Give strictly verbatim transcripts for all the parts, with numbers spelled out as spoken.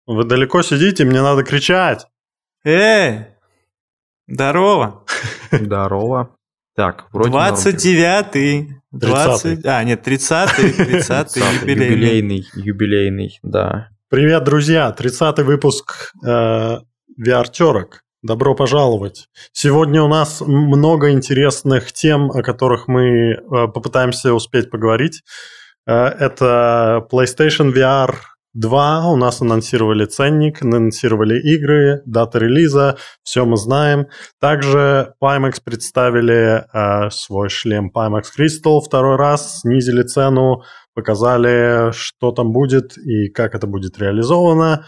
Вы далеко сидите, мне надо кричать. Эй, здорово. Здорово. Так, вроде двадцать девятый. двадцать... А, нет, тридцатый. тридцатый юбилейный. Юбилейный, юбилейный, да. Привет, друзья. тридцатый выпуск э, ви ар-терок. Добро пожаловать. Сегодня у нас много интересных тем, о которых мы э, попытаемся успеть поговорить. Э, это PlayStation ви ар два. У нас анонсировали ценник, анонсировали игры, дата релиза. Все мы знаем. Также Pimax представили э, свой шлем Pimax Crystal второй раз, снизили цену, показали, что там будет и как это будет реализовано.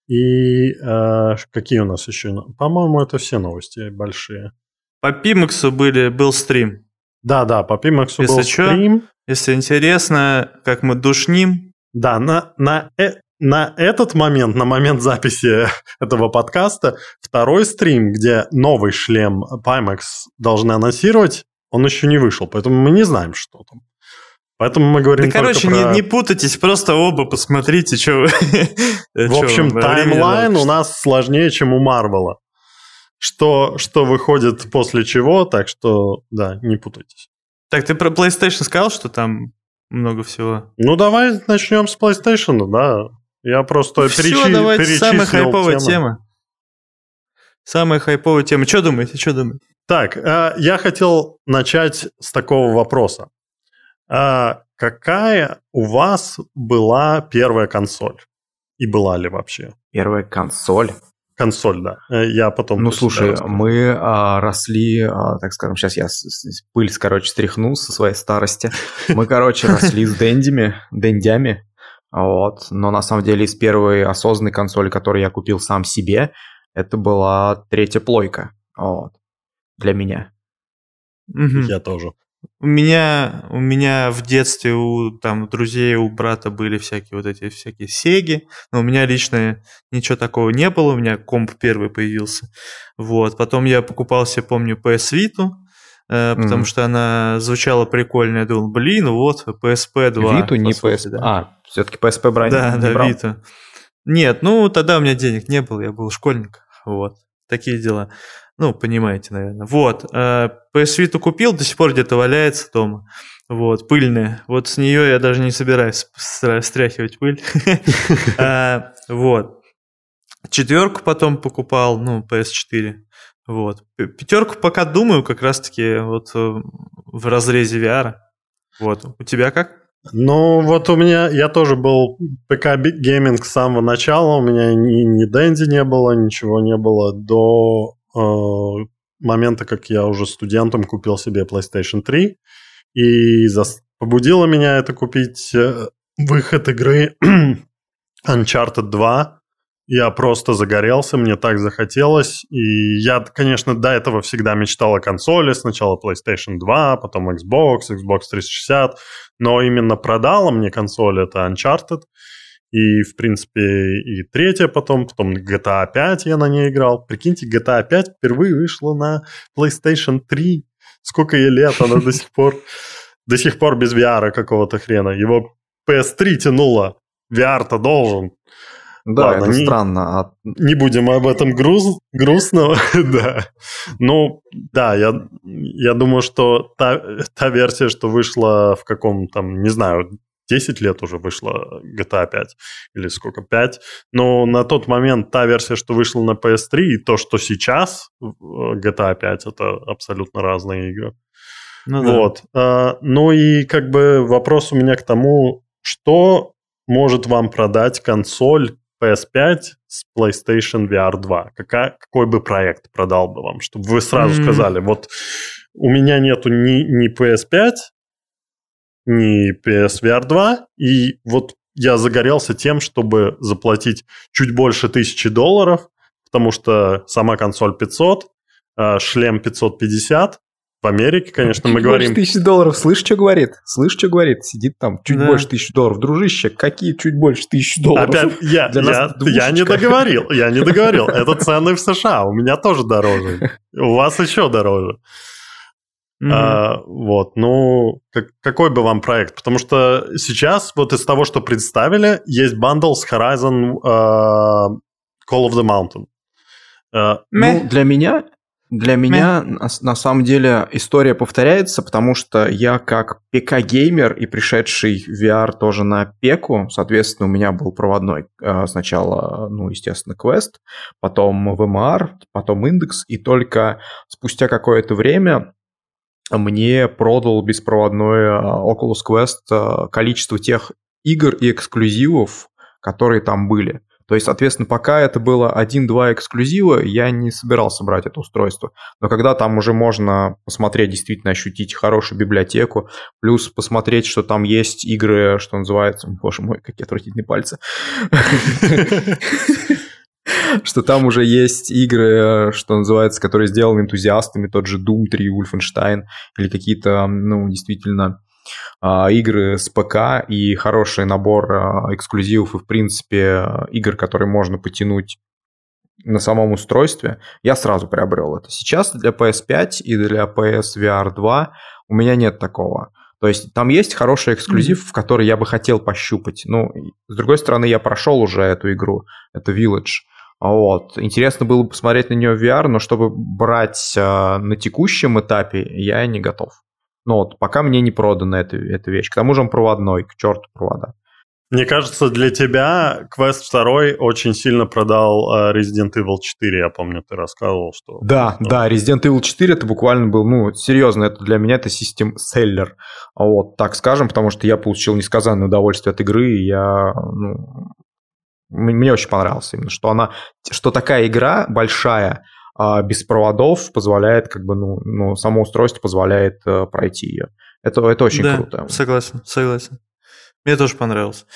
И э, какие у нас еще? По-моему, это все новости большие. По Pimax были, был стрим. Да-да, по Pimax был что, стрим. Если интересно, как мы душним. Да, на, на, э, на этот момент, на момент записи этого подкаста, второй стрим, где новый шлем Pimax должны анонсировать, он еще не вышел, поэтому мы не знаем, что там. Поэтому мы говорим да, короче, про... не, не путайтесь, просто оба посмотрите, что вы... В общем, таймлайн у нас сложнее, чем у Марвела. Что, что выходит после чего, так что, да, не путайтесь. Так, ты про PlayStation сказал, что там много всего? Ну, давай начнем с PlayStation, да. Я просто Все, перечи... давайте, перечислил самая хайповая темы. тема. Самая хайповая тема. Что думаете, что думаете? Так, я хотел начать с такого вопроса. А какая у вас была первая консоль? И была ли вообще? Первая консоль? Консоль, да. Я потом... Ну, слушай, мы а, росли, а, так скажем, сейчас я с, с, пыль, короче, стряхну со своей старости. Мы, короче, росли с дендями, дендями, вот. Но на самом деле из первой осознанной консоли, которую я купил сам себе, это была третья плойка, вот, для меня. Я тоже. У меня, у меня в детстве у там, друзей, у брата были всякие вот эти всякие сеги, но у меня лично ничего такого не было, у меня комп первый появился. Вот. Потом я покупал себе, помню, пи эс Vita, э, потому mm. что она звучала прикольно. Я думал, блин, вот, пи эс пи два. Vita, не пи эс пи. Да. А, все-таки пи эс пи брали? Да, не да, брал? Vita. Нет, ну тогда у меня денег не было, я был школьник. Вот. Такие дела. Ну, понимаете, наверное. Вот. пи эс Vita купил, до сих пор где-то валяется дома. Вот, пыльная. Вот с нее я даже не собираюсь стряхивать пыль. Вот. Четверку потом покупал, ну, пи эс четыре. Вот. Пятерку пока думаю, как раз-таки вот в разрезе ви ар. Вот. У тебя как? Ну, вот у меня, я тоже был пи си-гейминг с самого начала, у меня ни, ни Денди не было, ничего не было до э, момента, как я уже студентом купил себе PlayStation три, и зас... побудило меня это купить э, выход игры Uncharted два. Я просто загорелся, мне так захотелось, и я, конечно, до этого всегда мечтал о консоли, сначала PlayStation два, потом Xbox, Xbox триста шестьдесят, но именно продала мне консоль это Uncharted, и, в принципе, и третья потом, потом джи ти эй пять я на ней играл. Прикиньте, джи ти эй пять впервые вышла на PlayStation три, сколько ей лет, она до сих пор, до сих пор без ви ар какого-то хрена, его пи эс три тянуло, ви ар-то должен. Да, Ладно, это не, странно. Не будем об этом груз, грустно, да. Ну, да, я, я думаю, что та, та версия, что вышла в каком там, не знаю, десять лет уже вышла джи ти эй пять, или сколько, пять, но на тот момент та версия, что вышла на пи эс три, и то, что сейчас джи ти эй пять, это абсолютно разные игры. Ну, да. Вот. А, ну и как бы вопрос у меня к тому, что может вам продать консоль пи эс пять с PlayStation ви ар два? Какая, какой бы проект продал бы вам? Чтобы вы сразу mm-hmm. сказали, вот у меня нету ни, ни пи эс пять, ни пи эс ви ар два, и вот я загорелся тем, чтобы заплатить чуть больше тысячи долларов, потому что сама консоль пятьсот, шлем пятьсот пятьдесят. В Америке, конечно, мы чуть говорим... Больше тысячи долларов. Слышь, что говорит? Слышь, что говорит? Сидит там. Чуть да. больше тысячи долларов. Дружище, какие чуть больше тысячи долларов? Опять, я, я, я не договорил. Я не договорил. Это цены в США. У меня тоже дороже. У вас еще дороже. Mm-hmm. А, вот, ну, как, какой бы вам проект? Потому что сейчас вот из того, что представили, есть бандл с Horizon uh, Call of the Mountain. Uh, ну, для меня, для меня на, на самом деле история повторяется, потому что я как пи си-геймер и пришедший в ви ар тоже на пеку, соответственно, у меня был проводной uh, сначала, ну, естественно, Quest, потом ви эм ар, потом Index, и только спустя какое-то время мне продал беспроводной Oculus Quest количество тех игр и эксклюзивов, которые там были. То есть, соответственно, пока это было один-два эксклюзива, я не собирался брать это устройство. Но когда там уже можно посмотреть, действительно ощутить хорошую библиотеку, плюс посмотреть, что там есть игры, что называется... Боже мой, какие отвратительные пальцы. Что там уже есть игры, что называется, которые сделаны энтузиастами, тот же Doom три, Wolfenstein, или какие-то, ну, действительно, игры с ПК и хороший набор эксклюзивов и, в принципе, игр, которые можно потянуть на самом устройстве, я сразу приобрел это. Сейчас для пи эс пять и для пи эс ви ар два у меня нет такого. То есть там есть хороший эксклюзив, mm-hmm. в который я бы хотел пощупать. Ну, с другой стороны, я прошел уже эту игру, это Village. Вот. Интересно было бы посмотреть на нее в ви ар, но чтобы брать э, на текущем этапе, я не готов. Ну вот, пока мне не продана эта, эта вещь. К тому же он проводной, к черту провода. Мне кажется, для тебя Quest два очень сильно продал uh, Resident Evil четыре, я помню, ты рассказывал, что... Да, что... да, Resident Evil четыре это буквально был, ну, серьезно, это для меня это систем-селлер, вот, так скажем, потому что я получил несказанное удовольствие от игры, и я, ну, мне очень понравилось именно, что она, что такая игра большая, без проводов позволяет, как бы, ну, ну само устройство позволяет uh, пройти ее. Это, это очень да, круто. Согласен, согласен. Мне тоже понравилось.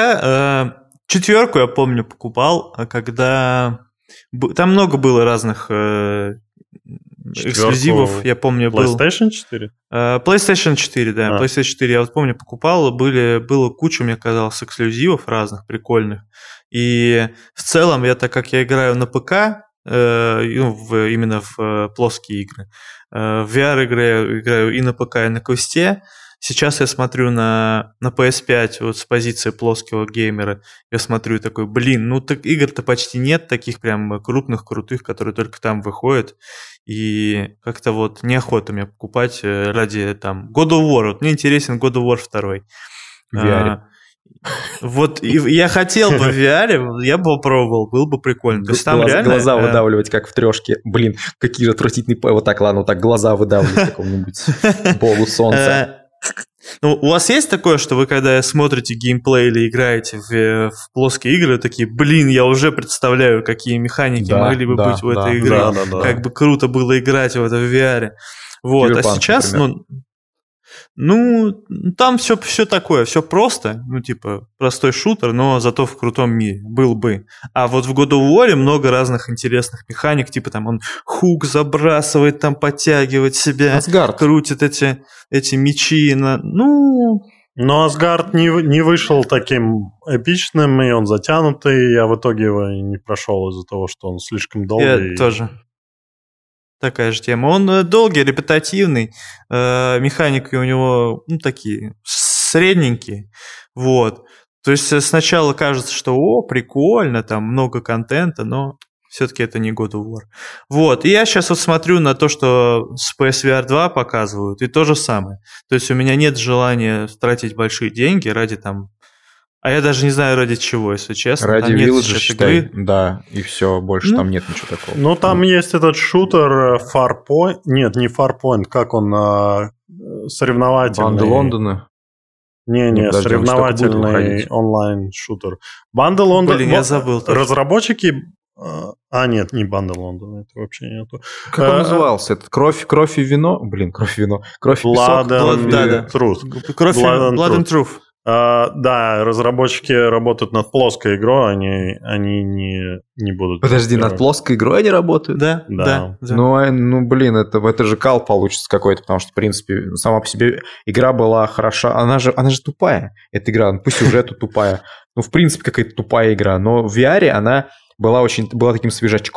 Я э, четверку, я помню, покупал, когда... Там много было разных э, эксклюзивов, я помню, был... PlayStation четыре? Э, PlayStation четыре, да. А. PlayStation четыре, я вот помню, покупал, были, было куча, мне казалось, эксклюзивов разных, прикольных. И в целом, я, так как я играю на ПК, э, ну, в, именно в э, плоские игры, э, в ви ар играю, играю и на ПК, и на Квесте. Сейчас я смотрю на, на пи эс пять вот с позиции плоского геймера, я смотрю такой, блин, ну так игр-то почти нет таких прям крупных, крутых, которые только там выходят, и как-то вот неохота мне покупать ради там God of War, вот мне интересен God of War два. В ви ар. А, вот и я хотел бы в ви ар, я бы попробовал, было бы прикольно. То есть там глаза, реально... глаза выдавливать, как в трешке. Блин, какие же отвратительные... Вот так, ладно, вот так глаза выдавливать какому-нибудь богу солнца. Ну, у вас есть такое, что вы, когда смотрите геймплей или играете в, в плоские игры, такие, блин, я уже представляю, какие механики да, могли бы да, быть в да, этой игре, да, да, да. как бы круто было играть в это в ви ар. Вот, Киберпанк, а сейчас, например. ну... Ну, там все, все такое, все просто, ну, типа, простой шутер, но зато в крутом мире, был бы. А вот в God of War много разных интересных механик, типа там он хук забрасывает, там подтягивает себя, Асгард. крутит эти, эти мечи, на, ну... Но Асгард не, не вышел таким эпичным, и он затянутый, я в итоге его не прошел из-за того, что он слишком долгий. Я тоже. Такая же тема. Он долгий, репетативный, э, механики у него ну, такие средненькие, вот. То есть сначала кажется, что о, прикольно, там много контента, но все-таки это не God of War. Вот, и я сейчас вот смотрю на то, что с пи эс ви ар два показывают, и то же самое. То есть у меня нет желания тратить большие деньги ради там... А я даже не знаю, ради чего, если честно. Ради Village, считай, игры. Да, и все, больше ну, там нет ничего такого. Ну, там ну. есть этот шутер Farpoint, нет, не Farpoint, как он, а, соревновательный. Банды Лондона? Не-не, ну, соревновательный онлайн-шутер. Банды Лондона... Блин, я забыл. Разработчики... А, нет, не Банда Лондона, это вообще нету. Как он а, назывался? Это кровь, кровь и вино? Блин, кровь и вино. Кровь и песок. Blood and Truth. Кровь Blood and Truth. Uh, да, разработчики работают над плоской игрой, они, они не, не будут... Подожди, над плоской игрой они работают? Да, да. да, да. Ну, ну, блин, это, это же кал получится какой-то, потому что, в принципе, сама по себе игра была хороша. Она же, она же тупая, эта игра, ну, пусть сюжету тупая. Ну, в принципе, какая-то тупая игра, но в ви ар она была, очень, была таким свежачком.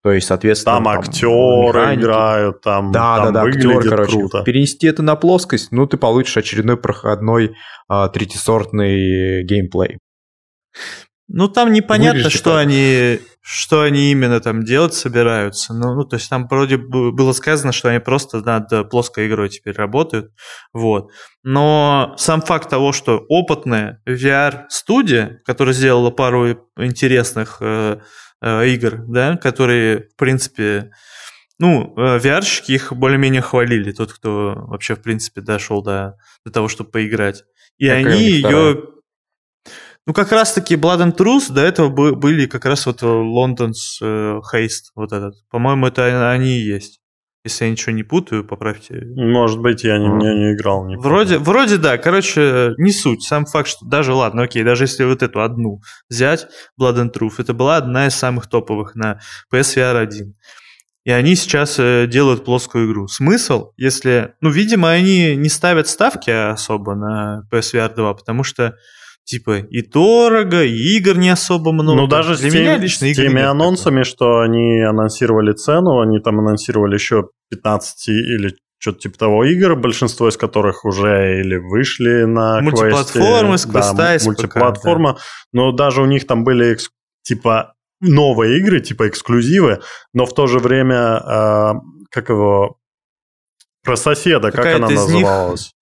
То есть, соответственно... Там, там актеры механики. Играют, там, да, там да, да, выглядит актер, короче, круто. Перенести это на плоскость, ну, ты получишь очередной проходной а, третьесортный геймплей. Ну, там непонятно, Вырежьте что так. они, что они именно там делать собираются. Ну, ну, то есть там вроде было сказано, что они просто над плоской игрой теперь работают. Вот. Но сам факт того, что опытная ви ар-студия, которая сделала пару интересных э, э, игр, да, которые, в принципе... Ну, ви ар-щики их более-менее хвалили, тот, кто вообще, в принципе, дошел до, до того, чтобы поиграть. И Какая они ее... вторая? Ну, как раз-таки Blood and Truth до этого были как раз вот London's э, Haste, вот этот. По-моему, это они и есть. Если я ничего не путаю, поправьте. Может быть, я не, Mm. не, не играл. Не вроде, вроде да. Короче, не суть. Сам факт, что даже, ладно, окей, даже если вот эту одну взять, Blood and Truth, это была одна из самых топовых на пи эс ви ар один. И они сейчас э, делают плоскую игру. Смысл, если... Ну, видимо, они не ставят ставки особо на пи эс ви ар два, потому что типа и дорого, и игр не особо много. Ну, даже Для с, меня тем, лично с игр теми нет анонсами, такого. что они анонсировали цену, они там анонсировали еще пятнадцать или что-то типа того игр, большинство из которых уже или вышли на Мультиплатформы, квесте. с квеста, да, из мультиплатформа. ПК, да. Но даже у них там были экс, типа новые игры, типа эксклюзивы, но в то же время, э, как его, про соседа, Какая-то как она из них... называлась?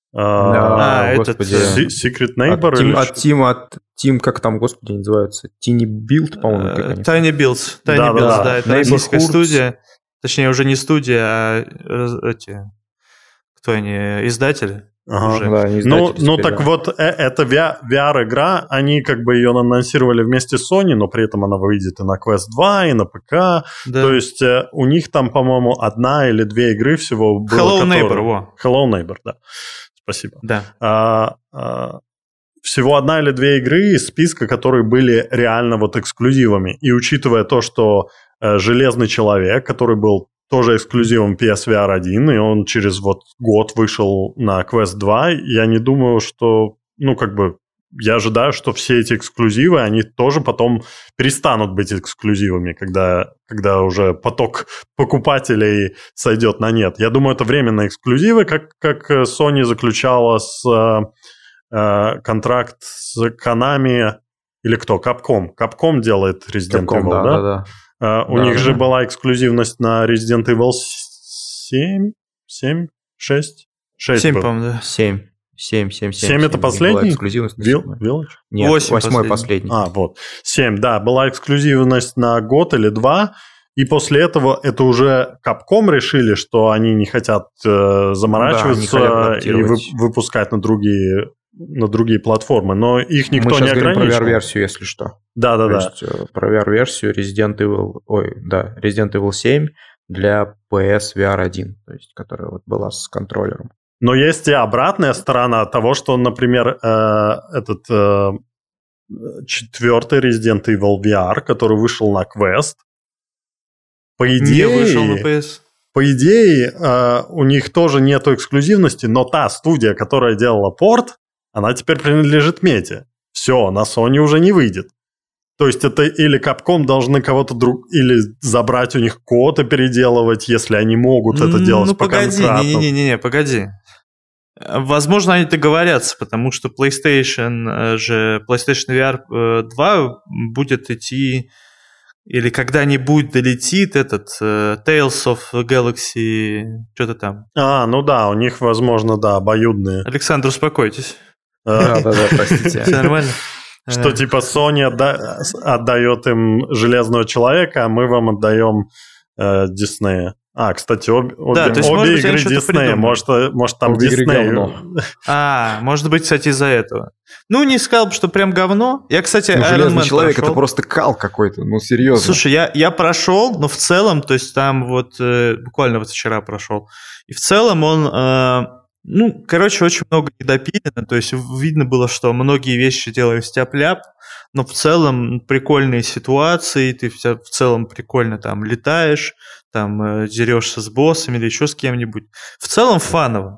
А, А, господи. этот... Secret Neighbor? От или Team, что? от Team, от Team, как там, господи, называются? Tiny Build, по-моему, как они. Tiny Builds. Tiny Да, Builds, да, да, да. это российская Neighborhoods. студия. Точнее, уже не студия, а э, эти... Кто они? Издатели? Ага. Уже. Да, не Ну, издатель ну теперь, так да. вот, э, эта ви ар-игра, они как бы ее анонсировали вместе с Sony, но при этом она выйдет и на квест два, и на ПК. Да. То есть э, у них там, по-моему, одна или две игры всего было. Hello которые... Neighbor, во. Hello Neighbor, да. Спасибо. Да. А, а, всего одна или две игры из списка, которые были реально вот эксклюзивами. И учитывая то, что э, Железный Человек, который был тоже эксклюзивом пи эс ви ар один, и он через вот год вышел на квест два, я не думаю, что, ну, как бы, я ожидаю, что все эти эксклюзивы, они тоже потом перестанут быть эксклюзивами, когда, когда уже поток покупателей сойдет на нет. Я думаю, это временные эксклюзивы, как, как Sony заключала с э, контракт с Konami, или кто? Capcom. Capcom делает Resident Capcom, Evil, да? да? Да, да. Uh, у Да, них да, же да. была эксклюзивность на Resident Evil семь, семь, шесть, шесть Семь, был. по-моему, да. Семь. Семь, семь, семь. семь это последний? Эксклюзивность на Vil- седьмой. Village? Нет, Восемь восьмой последний. последний. А, вот. семь, да, была эксклюзивность на год или два, и после этого это уже Capcom решили, что они не хотят э, заморачиваться Да, не хотят и адаптировать. вы- выпускать на другие, на другие платформы, но их никто Мы не сейчас говорим про ви ограничивал. ар-версию, если что. То Да-да-да. есть э, про ви ар-версию Resident Evil, ой, да, Resident Evil семь для пи эс ви ар один, то есть, которая вот была с контроллером. Но есть и обратная сторона того, что, например, э, этот э, четвертый Resident Evil ви ар, который вышел на Quest, по идее, Не вышел на пи эс. по идее э, у них тоже нету эксклюзивности, но та студия, которая делала порт, она теперь принадлежит Мете. Все, на Sony уже не выйдет. То есть это или Capcom должны кого-то друг... или забрать у них код и переделывать, если они могут это делать Ну, по погоди, контракту. не-не-не, погоди. Возможно, они договорятся, потому что PlayStation же, PlayStation ви ар два будет идти, или когда-нибудь долетит этот uh, Tales of Galaxy, что-то там. А, ну да, у них, возможно, да, обоюдные. Александр, успокойтесь. Да-да-да, простите. Все нормально? Что типа Sony отда- отдает им Железного Человека, а мы вам отдаем э, Диснея. А, кстати, об, обе, Да, то есть, обе может быть, игры они что-то Диснея. придумали. Может, э, может там Обе игры Дисней. говно. А, может быть, кстати, из-за этого. Ну, не сказал бы, что прям говно. Я, кстати, Ну, Iron Железный Man Человек прошел. это просто кал какой-то, ну серьезно. Слушай, я, я прошел, но в целом, то есть там вот э, буквально вот вчера прошел, и в целом он, э, ну, короче, очень много недопилено, то есть видно было, что многие вещи делались тяп-ляп, но в целом прикольные ситуации, ты вся- в целом прикольно там летаешь, там э, дерешься с боссами или еще с кем-нибудь. В целом фаново.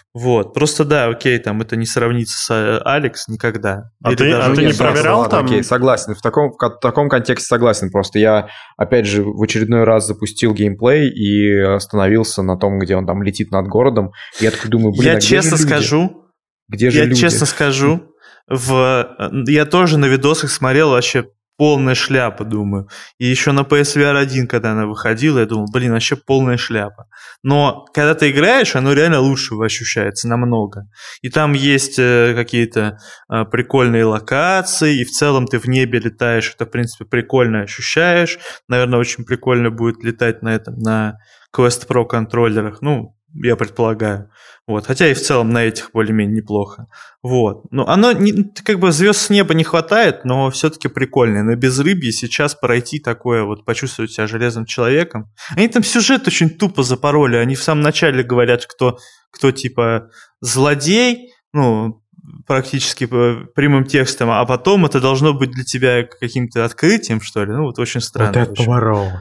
Вот, просто да, окей, там это не сравнится с Алекс никогда. А ты, а ты не проверял там? Окей, согласен, в таком, в таком контексте согласен, просто я, опять же, в очередной раз запустил геймплей и остановился на том, где он там летит над городом, и я такой думаю, блин, я а где честно же люди? скажу, Где же я люди? честно скажу, в... я тоже на видосах смотрел вообще полная шляпа, думаю. И еще на пи эс ви ар один, когда она выходила, я думал, блин, вообще полная шляпа. Но когда ты играешь, оно реально лучше ощущается намного. И там есть э, какие-то э, прикольные локации, и в целом ты в небе летаешь, это, в принципе, прикольно ощущаешь. Наверное, очень прикольно будет летать на этом, на Quest Pro контроллерах, ну, я предполагаю. Вот. Хотя и в целом на этих более-менее неплохо. Вот. Ну, оно не, как бы звезд с неба не хватает, но все-таки прикольно. На безрыбье сейчас пройти такое, вот почувствовать себя железным человеком. Они там сюжет очень тупо запороли. Они в самом начале говорят, кто, кто типа злодей, ну, практически прямым текстом, а потом это должно быть для тебя каким-то открытием, что ли. Ну, вот очень странно. Вот это очень. поворот.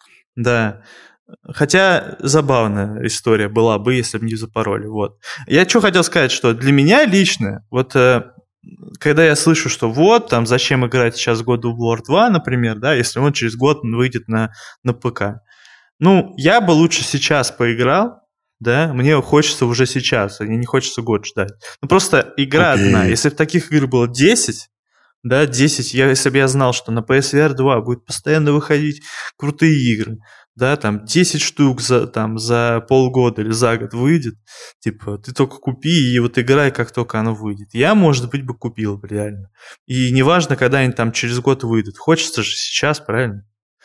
Да. Хотя забавная история была бы, если бы не запороли. Вот. Я что хотел сказать, что для меня лично, вот э, когда я слышу, что вот, там, зачем играть сейчас God of War два, например, да, если он через год выйдет на, на ПК. Ну, я бы лучше сейчас поиграл, да, мне хочется уже сейчас, мне не хочется год ждать. Ну, просто игра okay. одна. Если бы таких игр было десять, да, десять, я, если бы я знал, что на пи эс ви ар два будет постоянно выходить крутые игры, да, там десять штук за, там, за полгода или за год выйдет, типа, ты только купи и вот играй, как только оно выйдет. Я, может быть, бы купил бы реально. И неважно, когда они там через год выйдут. Хочется же сейчас, правильно?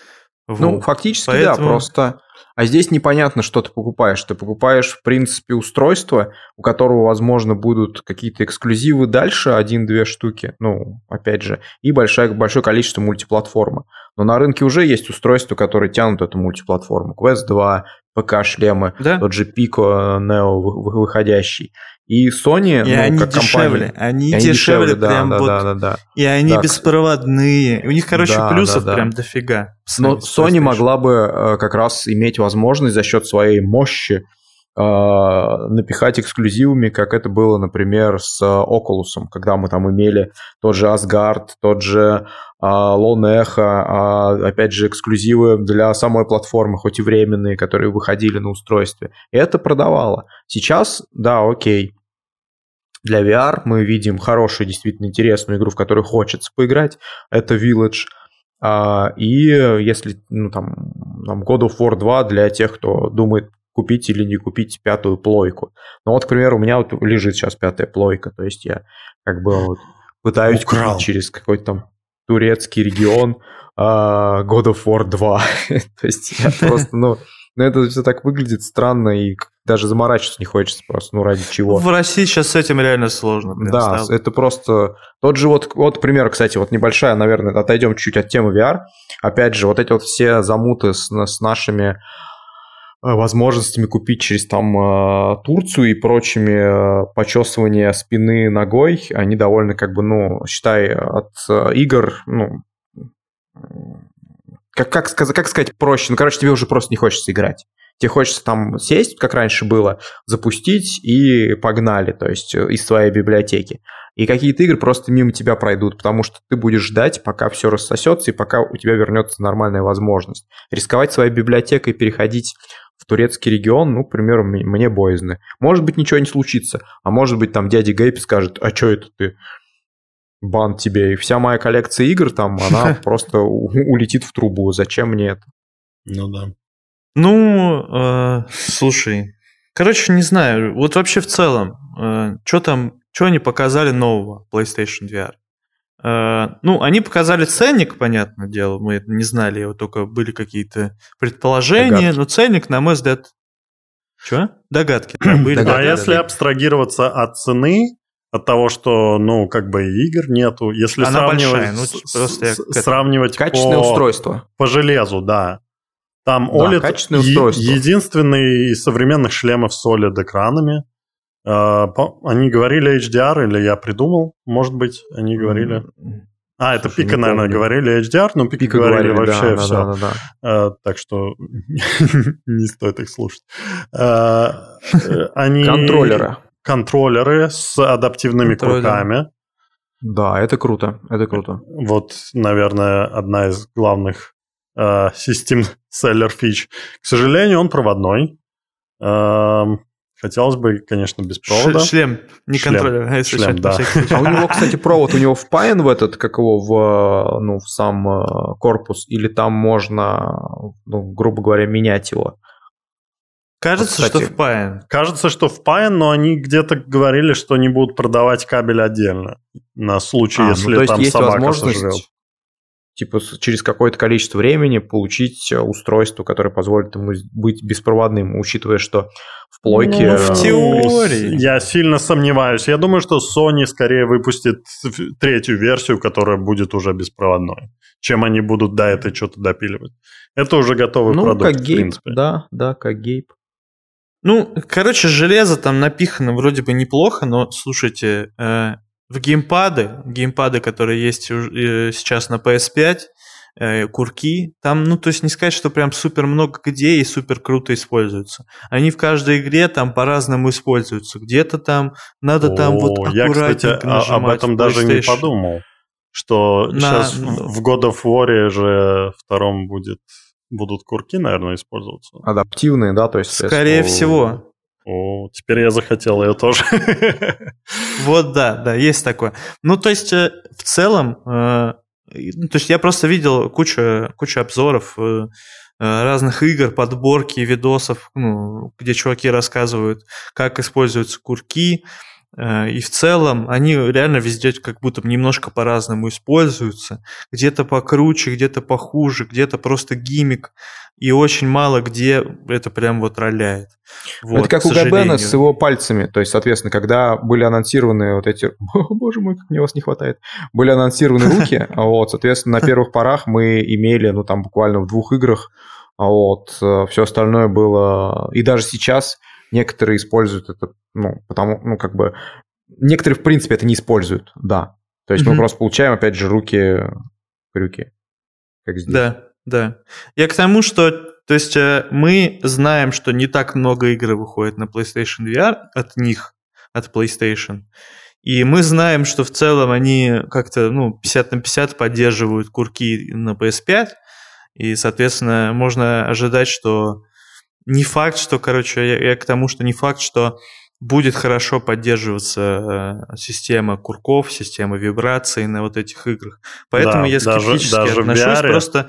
Ну, вот. Фактически, Поэтому... да, просто... А здесь непонятно, что ты покупаешь. Ты покупаешь, в принципе, устройство, у которого, возможно, будут какие-то эксклюзивы дальше, один-две штуки, ну, опять же, и большое, большое количество мультиплатформы. Но на рынке уже есть устройства, которые тянут эту мультиплатформу. Quest два, ПК-шлемы, да? тот же Pico Neo выходящий. И Sony, и ну, они как дешевле, компания... они, они дешевле, дешевле, прям да, вот, да, да, да. И они да. беспроводные. У них, короче, да, плюсов да, да. прям дофига. Но Sony могла бы э, как раз иметь возможность за счет своей мощи э, напихать эксклюзивами, как это было, например, с Oculus, когда мы там имели тот же Asgard, тот же э, Lone Echo, э, опять же, эксклюзивы для самой платформы, хоть и временные, которые выходили на устройстве. И это продавало. Сейчас, да, окей. Для ви ар мы видим хорошую, действительно интересную игру, в которой хочется поиграть. Это Village. А, и если, ну, там, там God of War два для тех, кто думает, купить или не купить пятую плойку. Ну вот, к примеру, у меня вот лежит сейчас пятая плойка, то есть я как бы вот пытаюсь Украл. купить через какой-то там турецкий регион а, God of War два. То есть я просто, ну... Но это все так выглядит странно, и даже заморачиваться не хочется просто, ну ради чего. В России сейчас с этим реально сложно. Да, стало. Это просто... Тот же вот, вот, к примеру, кстати, вот небольшая, наверное, отойдем чуть-чуть от темы ви ар. Опять же, вот эти вот все замуты с, с нашими возможностями купить через там Турцию и прочими почесывания спины ногой, они довольно как бы, ну, считай, от игр, ну... Как, как, сказать, как сказать проще? Ну, короче, тебе уже просто не хочется играть. Тебе хочется там сесть, как раньше было, запустить и погнали, то есть из своей библиотеки. И какие-то игры просто мимо тебя пройдут, потому что ты будешь ждать, пока все рассосется и пока у тебя вернется нормальная возможность. Рисковать своей библиотекой, переходить в турецкий регион, ну, к примеру, мне боязно. Может быть, ничего не случится, а может быть, там дядя Гейб скажет, а что это ты? Бан тебе, и вся моя коллекция игр там, она просто улетит в трубу. Зачем мне это? Ну да. Ну, э, слушай, короче, не знаю, вот вообще в целом, э, что там, что они показали нового PlayStation ви ар? Э, ну, они показали ценник, понятное дело, мы это не знали, его только были какие-то предположения, Догадки. Но ценник, на мой взгляд, что? Догадки. Да, были. А Догадки, если да. абстрагироваться от цены, от того, что, ну, как бы игр нету. Если Она сравнивать, большая, ну, с, просто с, сравнивать качественное по, устройство. По железу, да. Там да, о лед качественное устройство. Е- единственный из современных шлемов с о лед экранами. Э, по, они говорили эйч ди ар, или я придумал, может быть, они говорили... Mm-hmm. А, это Слушай, Пика, наверное, помню. Говорили эйч ди ар, но Пика, Пика говорили, говорили вообще да, все. Да, да, да, да. Uh, так что не стоит их слушать. Uh, они... Контроллера. контроллеры с адаптивными Контроллер. крутами. Да, это круто, это круто. Вот, наверное, одна из главных э, систем селлер фич. К сожалению, он проводной. Э, хотелось бы, конечно, без провода. Ш- шлем, не Шлем. контроллер. Если Шлем, что, да. А у него, кстати, провод у него впаян в этот, как его, в, ну, в сам э, корпус, или там можно, ну, грубо говоря, менять его? Кажется, Вот, кстати, что впаян. Кажется, что впаян, но они где-то говорили, что не будут продавать кабель отдельно. На случай, А, ну, если то есть там есть собака возможность, сожрет. типа, с- через какое-то количество времени получить э, устройство, которое позволит ему быть беспроводным, учитывая, что в плойке... Ну, в э, теории. Я сильно сомневаюсь. Я думаю, что Sony скорее выпустит в- третью версию, которая будет уже беспроводной, чем они будут до этой что-то допиливать. Это уже готовый ну, продукт, как в гейп, принципе. да, да, как гейп. Ну, короче, железо там напихано вроде бы неплохо, но, слушайте, э, в геймпады, геймпады, которые есть уж- э, сейчас на пи эс пять, э, курки, там, ну, то есть не сказать, что прям супер много где и супер круто используются. Они в каждой игре там по-разному используются. Где-то там надо там вот О, я, кстати, аккуратненько о- об нажимать этом в даже не PlayStation. подумал, что На- сейчас ну. в God of War же втором будет, будут курки, наверное, использоваться. Адаптивные, да, то есть... Скорее соответственно, всего. О, теперь я захотел ее тоже. Вот, да, да, есть такое. Ну, то есть, э, в целом, э, ну, то есть я просто видел кучу, кучу обзоров э, э, разных игр, подборки, видосов, ну, где чуваки рассказывают, как используются курки, э, и в целом они реально везде как будто немножко по-разному используются. Где-то покруче, где-то похуже, где-то просто гиммик, и очень мало где это прям вот роляет. Ну, Вот, это как к у Габена сожалению. с его пальцами. То есть, соответственно, когда были анонсированы вот эти... О, боже мой, как мне вас не хватает. Были анонсированы руки, вот, соответственно, на первых порах мы имели, ну, там, буквально в двух играх, вот, все остальное было... И даже сейчас некоторые используют это, ну, потому, ну, как бы... Некоторые, в принципе, это не используют, да. То есть мы Мгм. просто получаем, опять же, руки-крюки, как здесь. Да, да. Я к тому, что то есть э, мы знаем, что не так много игр выходит на PlayStation ви ар от них, от PlayStation. И мы знаем, что в целом они как-то ну, пятьдесят на пятьдесят поддерживают курки на пи эс пять. И, соответственно, можно ожидать, что не факт, что, короче, я, я к тому, что не факт, что будет хорошо поддерживаться э, система курков, система вибраций на вот этих играх. Поэтому Да, я даже- скептически даже в отношусь. ви ар Просто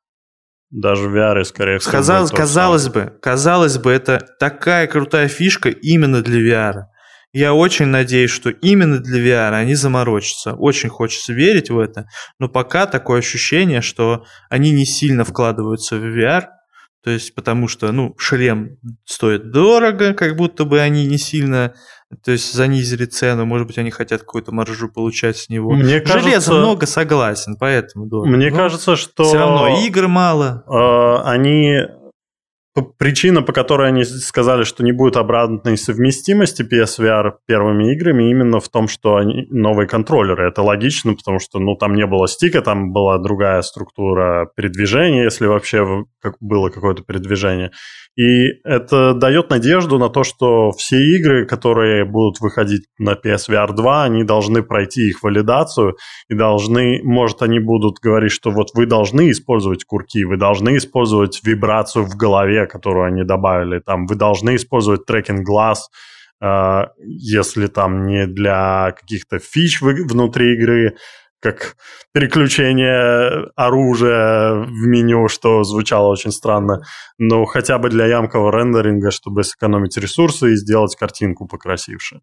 Даже в ви ар, скорее всего, казалось, будет то же казалось самое. бы, казалось бы, это такая крутая фишка именно для ви ар. Я очень надеюсь, что именно для ви ар они заморочатся. Очень хочется верить в это, но пока такое ощущение, что они не сильно вкладываются в ви ар, то есть потому что, ну, шлем стоит дорого, как будто бы они не сильно, то есть занизили цену, может быть, они хотят какую-то маржу получать с него. Мне Железа кажется- много, согласен, поэтому дорого. Мне Но кажется, что... все равно игр мало. э, они... п- Причина, по которой они сказали, что не будет обратной совместимости пи эс ви ар первыми играми, именно в том, что они новые контроллеры. Это логично, потому что ну, там не было стика, там была другая структура передвижения, если вообще в- как было какое-то передвижение. И это дает надежду на то, что все игры, которые будут выходить на пи эс ви ар два, они должны пройти их валидацию и должны, может, они будут говорить, что вот вы должны использовать курки, вы должны использовать вибрацию в голове, которую они добавили, там, вы должны использовать трекинг глаз, э, если там не для каких-то фич вы- внутри игры, как переключение оружия в меню, что звучало очень странно, но хотя бы для ямкового рендеринга, чтобы сэкономить ресурсы и сделать картинку покрасивше.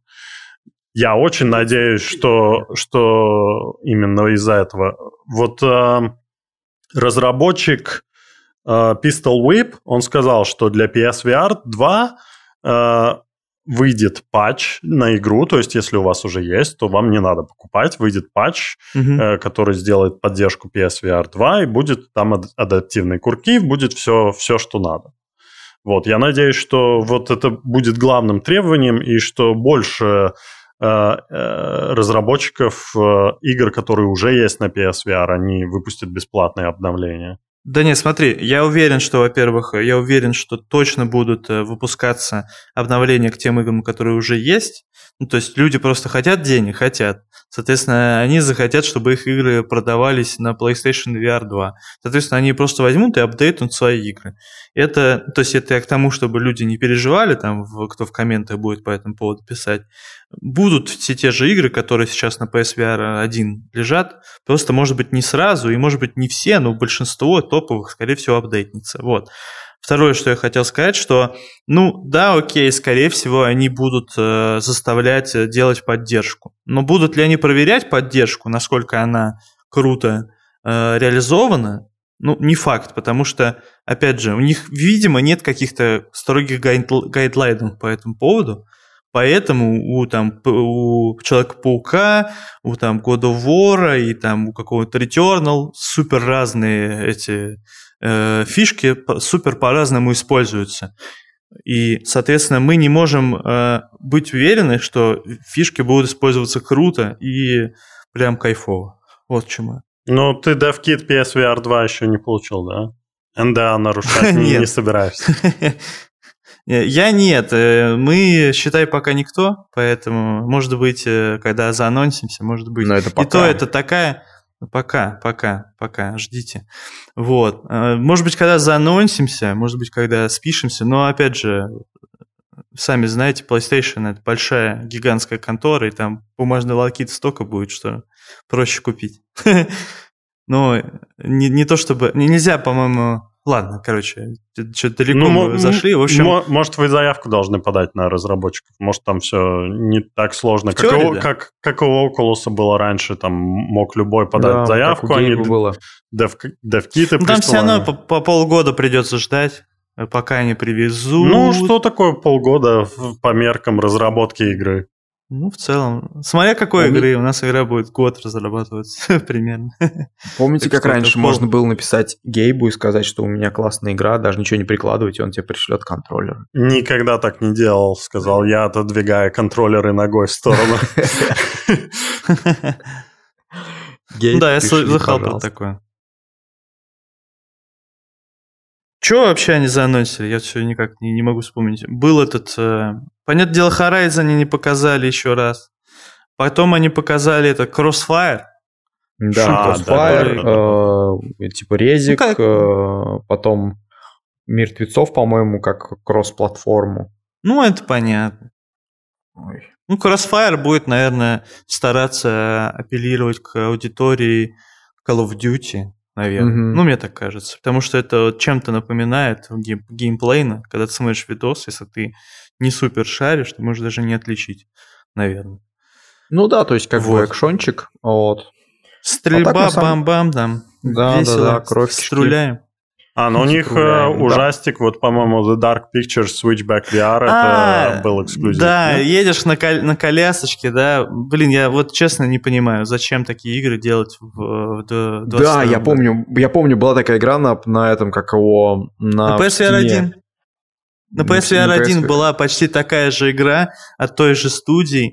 Я очень надеюсь, что, что именно из-за этого. Вот э, разработчик э, Pistol Whip, он сказал, что для пи эс ви ар два э, выйдет патч на игру, то есть если у вас уже есть, то вам не надо покупать, выйдет патч, Мгм. э, который сделает поддержку пи эс ви ар два, и будет там ад- адаптивные курки, будет все, все, что надо. Вот, я надеюсь, что вот это будет главным требованием, и что больше э, э, разработчиков э, игр, которые уже есть на пи эс ви ар, они выпустят бесплатные обновления. Да нет, смотри, я уверен, что, во-первых, я уверен, что точно будут выпускаться обновления к тем играм, которые уже есть. Ну, то есть люди просто хотят денег, хотят. Соответственно, они захотят, чтобы их игры продавались на PlayStation ви ар два. Соответственно, они просто возьмут и апдейтнут свои игры. Это, то есть это я к тому, чтобы люди не переживали, там, кто в комментах будет по этому поводу писать. Будут все те же игры, которые сейчас на пи эс ви ар один лежат, просто, может быть, не сразу, и, может быть, не все, но большинство топовых, скорее всего, апдейтнется. Вот. Второе, что я хотел сказать, что, ну, да, окей, скорее всего, они будут э, заставлять делать поддержку. Но будут ли они проверять поддержку, насколько она круто э, реализована? Ну, не факт, потому что, опять же, у них, видимо, нет каких-то строгих гайд- гайдлайнов по этому поводу. Поэтому у, там, у Человека-паука, у там, God of War и там, у какого-то Returnal супер разные эти э, фишки, супер по-разному используются. И, соответственно, мы не можем э, быть уверены, что фишки будут использоваться круто и прям кайфово. Вот к чему. Ну, ты DevKit пи эс ви ар два еще не получил, да? эн ди эй нарушать не собираешься. Я нет, мы, считай, пока никто, поэтому, может быть, когда заанонсимся, может быть. Но это пока. И то это такая... Пока, пока, пока, ждите. Вот. Может быть, когда заанонсимся, может быть, когда спишемся, но, опять же, сами знаете, PlayStation – это большая гигантская контора, и там бумажной лакит столько будет, что проще купить. Но не, не то чтобы... Нельзя, по-моему... Ладно, короче, что-то далеко ну, мы зашли. В общем... Может, вы заявку должны подать на разработчиков. Может, там все не так сложно. Как, теории, у, да? как, как у Oculus было раньше, там мог любой подать да, заявку, как у они было. дев-киты ну, там все равно по, по полгода придется ждать, пока они привезут. Ну, что такое полгода по меркам разработки игры? Ну, в целом. Смотря какой Помни... игры, у нас игра будет год разрабатываться примерно. Помните, как раньше пол... можно было написать Гейбу и сказать, что у меня классная игра, даже ничего не прикладывать, и он тебе пришлет контроллер? Никогда так не делал, сказал я, отодвигая контроллеры ногой в сторону. Да, я слыхал про такое. Чего вообще они заанонсили? Я все никак не, не могу вспомнить. Был этот... Э, понятное дело, Horizon они не показали еще раз. Потом они показали это Crossfire. Да, Crossfire, да, э, типа резик, ну, э, потом Мертвецов, по-моему, как кросс-платформу. Ну, это понятно. Ой. Ну, Crossfire будет, наверное, стараться апеллировать к аудитории Call of Duty. Наверное. Mm-hmm. Ну, мне так кажется. Потому что это чем-то напоминает гейм- геймплейно, когда ты смотришь видос, если ты не супер шаришь, ты можешь даже не отличить, наверное. Ну да, то есть как вот. бы экшончик. Вот. Стрельба, а самом... бам-бам, там. Да, весело, да, да, кровь стреляем. А, ну у них э, ужастик, вот, по-моему, The Dark Pictures Switchback ви ар, а, это был эксклюзив. Да, нет? едешь на, кол- на колясочке, да. Блин, я вот честно не понимаю, зачем такие игры делать в, в, в Да, я помню, я помню, была такая игра на, на этом, как его... На, на пи эс ви ар один. На пи эс ви ар один была почти такая же игра от той же студии,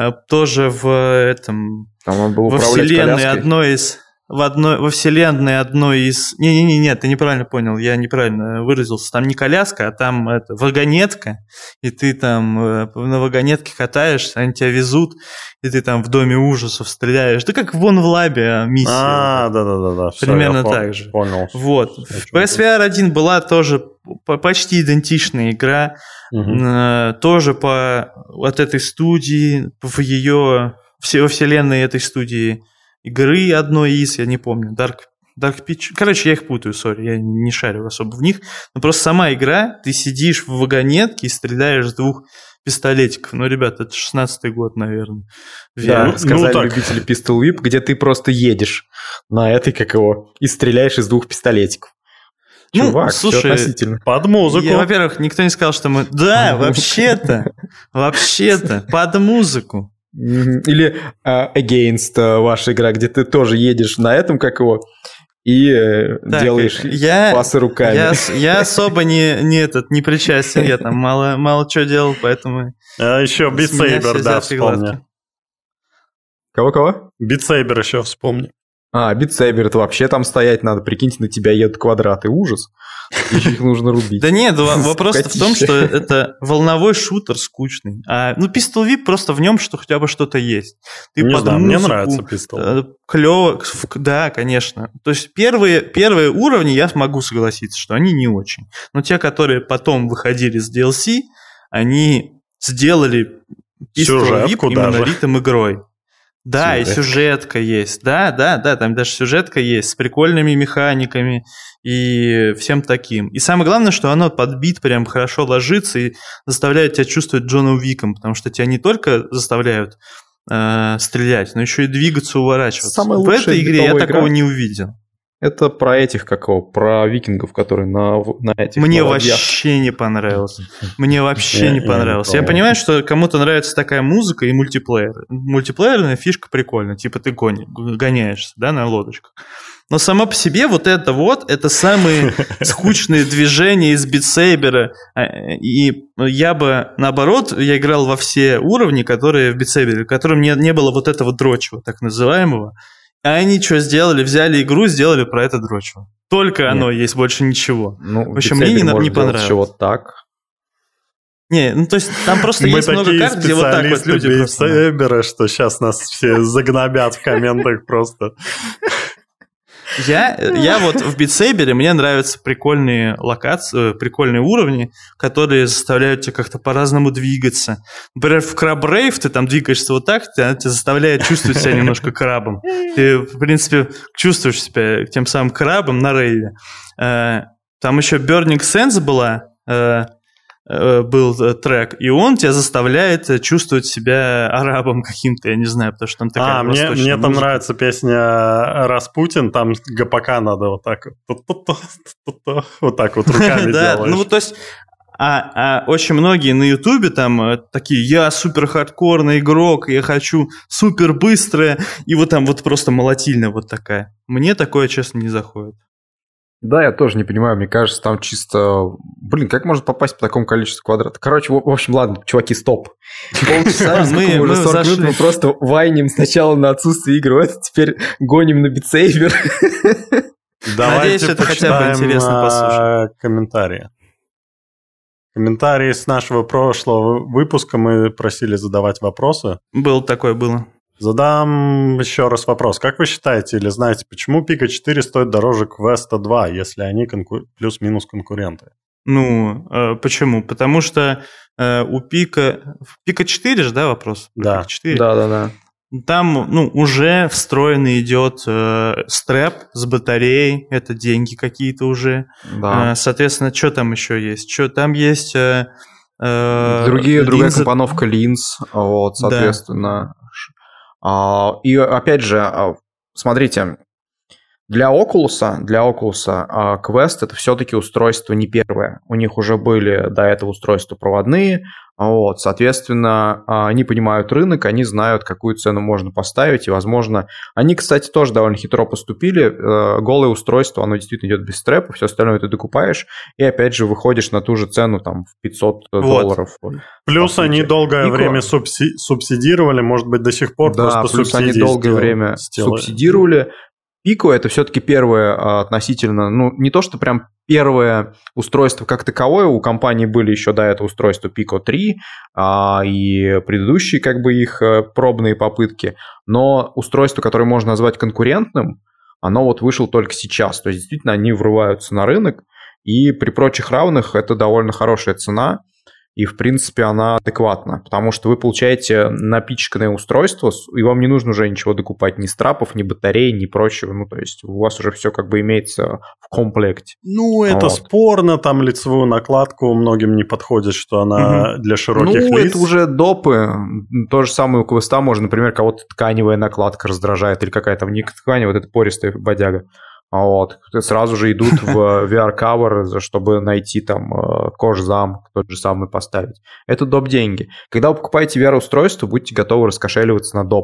тоже в этом... Там он был во вселенной одной из... В одной, во вселенной одной из... Не-не-не, нет, ты неправильно понял, я неправильно выразился. Там не коляска, а там это, вагонетка, и ты там э, на вагонетке катаешься, они тебя везут, и ты там в доме ужасов стреляешь. Да как вон в лабе миссия. А, да-да-да. Примерно так же. Понял. Вот. В пи эс ви ар один была тоже почти идентичная игра, угу. тоже по от этой студии, в ее... во вселенной этой студии игры одной из, я не помню, Dark, Dark Pictures. Короче, я их путаю, сори, я не шарю особо в них. Но просто сама игра, ты сидишь в вагонетке и стреляешь с двух пистолетиков. Ну, ребята, это шестнадцатый год, наверное. Да, ну, сказали ну, любители Pistol Whip, где ты просто едешь на этой, как его, и стреляешь из двух пистолетиков. Чувак, ну, слушай, все относительно. Под музыку. Я, во-первых, никто не сказал, что мы... Да, вообще-то, вообще-то, под музыку. Или uh, Against uh, ваша игра, где ты тоже едешь на этом, как его, и uh, так, делаешь я, пасы руками. Я, я особо не, не, этот, не причастен, я там мало, мало что делал, поэтому... А еще Beat Saber, да, вспомни. Кого-кого? Beat Saber еще вспомни. А, Beat Saber, это вообще там стоять надо. Прикиньте, на тебя едут квадраты. Ужас. Их нужно рубить. Да нет, вопрос в том, что это волновой шутер скучный. А, ну, Pistol Whip просто в нем что хотя бы что-то есть. Ты не знаю, мне нравится Pistol. Клево, да, конечно. То есть первые, первые уровни я могу согласиться, что они не очень. Но те, которые потом выходили с ди эл си, они сделали Pistol Whip именно ритм игрой. Да, сюжетка. И сюжетка есть, да, да, да, там даже сюжетка есть с прикольными механиками и всем таким. И самое главное, что оно под бит прям хорошо ложится и заставляет тебя чувствовать Джоном Уиком, потому что тебя не только заставляют э, стрелять, но еще и двигаться, уворачиваться. Самая в этой игре я игра. такого не увидел. Это про этих, как его, про викингов, которые на, на этих... Мне вообще не понравилось. Мне вообще не понравилось. Я понимаю, что кому-то нравится такая музыка и мультиплеер. Мультиплеерная фишка прикольная. Типа ты гони, гоняешься, да, на лодочках. Но само по себе вот это вот, это самые скучные движения из Beat Saber. И я бы, наоборот, я играл во все уровни, которые в Beat Saber, в котором не, не было вот этого дрочева, так называемого. А они что сделали? Взяли игру, сделали про это дрочево. Только Нет. оно есть, больше ничего. Ну, в общем, мне не, не понравилось. Вот так. Не, ну то есть там просто есть много карт, где вот так вот люди просто... Мы такие специалисты, что сейчас нас все загнобят в комментах просто. Я, я вот в Beat Saber, мне нравятся прикольные локации, прикольные уровни, которые заставляют тебя как-то по-разному двигаться. Например, в Crab Rave ты там двигаешься вот так, она тебя заставляет чувствовать себя немножко крабом. Ты, в принципе, чувствуешь себя тем самым крабом на рейве. Там еще Burning Sands была, был трек, и он тебя заставляет чувствовать себя арабом каким-то, я не знаю, потому что там такая а, мне, мне там музыка. Нравится песня «Распутин», там ГПК надо вот так вот так вот руками да, делаешь. Ну, то есть, а, а очень многие на Ютубе там такие, я супер хардкорный игрок, я хочу супер быстрое, и вот там вот просто молотильня вот такая. Мне такое, честно, не заходит. Да, я тоже не понимаю, мне кажется, там чисто... Блин, как можно попасть по такому количеству квадратов? Короче, в общем, ладно, чуваки, стоп. Полчаса, мы уже сорок минут, мы просто вайним сначала на отсутствие игр, а теперь гоним на Beat Saber. Давайте почитаем комментарии. Комментарии с нашего прошлого выпуска мы просили задавать вопросы. Было такое, было. Задам еще раз вопрос. Как вы считаете или знаете, почему Пика четыре стоит дороже Квеста два, если они конку... плюс-минус конкуренты? Ну, э, почему? Потому что э, у Пика... Пика четыре же, да, вопрос? Да. Пика четыре. Да, да, да. Там, ну, уже встроенный идет э, стрэп с батареей, это деньги какие-то уже. Да. Э, соответственно, что там еще есть? Что там есть... Э, э, Другие, линзы... Другая компоновка линз, вот, соответственно... Да. И опять же, смотрите, для Oculus, для Oculus Quest это все-таки устройство не первое. У них уже были до этого устройства проводные, вот, соответственно, они понимают рынок, они знают, какую цену можно поставить, и, возможно, они, кстати, тоже довольно хитро поступили. Голое устройство, оно действительно идет без стрэпа, все остальное ты докупаешь, и, опять же, выходишь на ту же цену, там, в пятьсот долларов. Вот. Плюс они долгое и время субси- субсидировали, может быть, до сих пор да, просто плюс они долгое сделали, время сделали. субсидировали. Пико это все-таки первое относительно, ну, не то, что прям первое устройство как таковое, у компании были еще до этого устройства Pico три а, и предыдущие как бы их пробные попытки, но устройство, которое можно назвать конкурентным, оно вот вышло только сейчас, то есть действительно они врываются на рынок, и при прочих равных это довольно хорошая цена, и, в принципе, она адекватна, потому что вы получаете напичканное устройство, и вам не нужно уже ничего докупать, ни страпов, ни батарей, ни прочего, ну, то есть у вас уже все как бы имеется в комплекте. Ну, это вот. Спорно, там лицевую накладку многим не подходит, что она угу. для широких ну, лиц. Ну, это уже допы, то же самое у Квеста, можно, например, кого-то тканевая накладка раздражает, или какая-то не тканевая, вот эта пористая бодяга. Вот, сразу же идут в ви ар-кавер, чтобы найти там кожзам, тот же самый поставить. Это доп. Деньги. Когда вы покупаете ви ар-устройство, будьте готовы раскошеливаться на допы.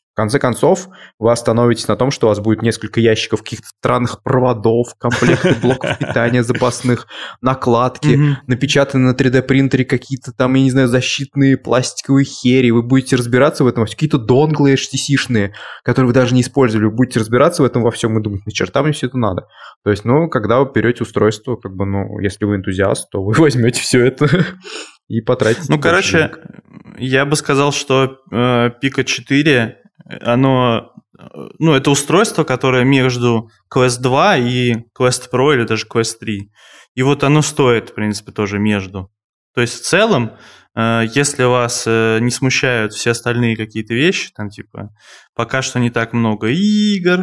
В конце концов, вы остановитесь на том, что у вас будет несколько ящиков каких-то странных проводов, комплектов блоков питания запасных, накладки, mm-hmm. напечатаны на три дэ-принтере какие-то там, я не знаю, защитные пластиковые хери. Вы будете разбираться в этом, какие-то донглы эйч ти си-шные, которые вы даже не использовали. Вы будете разбираться в этом во всем и думать, на черта мне все это надо. То есть, ну, когда вы берете устройство, как бы, ну, если вы энтузиаст, то вы возьмете все это и потратите. Ну, короче, я бы сказал, что э, Pico четыре... Оно, ну, это устройство, которое между Quest два и Quest Pro или даже Quest три. И вот оно стоит, в принципе, тоже между. То есть в целом, если вас не смущают все остальные какие-то вещи, там типа пока что не так много игр,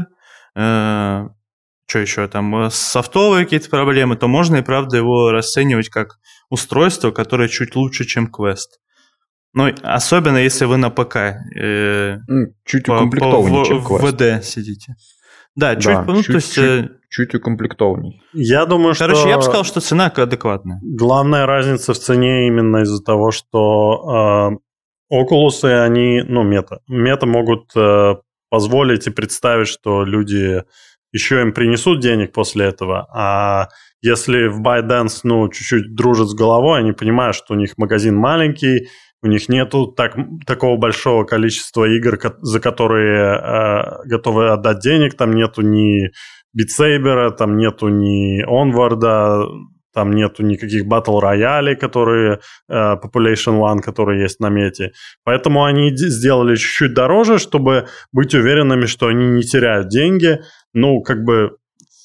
что еще там, софтовые какие-то проблемы, то можно и правда его расценивать как устройство, которое чуть лучше, чем Quest. Ну, особенно если вы на ПК. Э, чуть укомплектованнее, чем Quest. В ВД сидите. Да, чуть, да, ну, чуть, то есть... Чуть, чуть укомплектованнее. Я думаю, Короче, что... Короче, я бы сказал, что цена адекватная. Главная разница в цене именно из-за того, что э, Oculus, они, ну, мета. Мета могут э, позволить и представить, что люди еще им принесут денег после этого, а если в ByteDance, ну, чуть-чуть дружат с головой, они понимают, что у них магазин маленький, у них нету так, такого большого количества игр, за которые э, готовы отдать денег. Там нету ни Beat Saber, там нету ни Onward, там нету никаких Battle Royale, которые э, Population One, которые есть на мете. Поэтому они сделали чуть-чуть дороже, чтобы быть уверенными, что они не теряют деньги. Ну, как бы...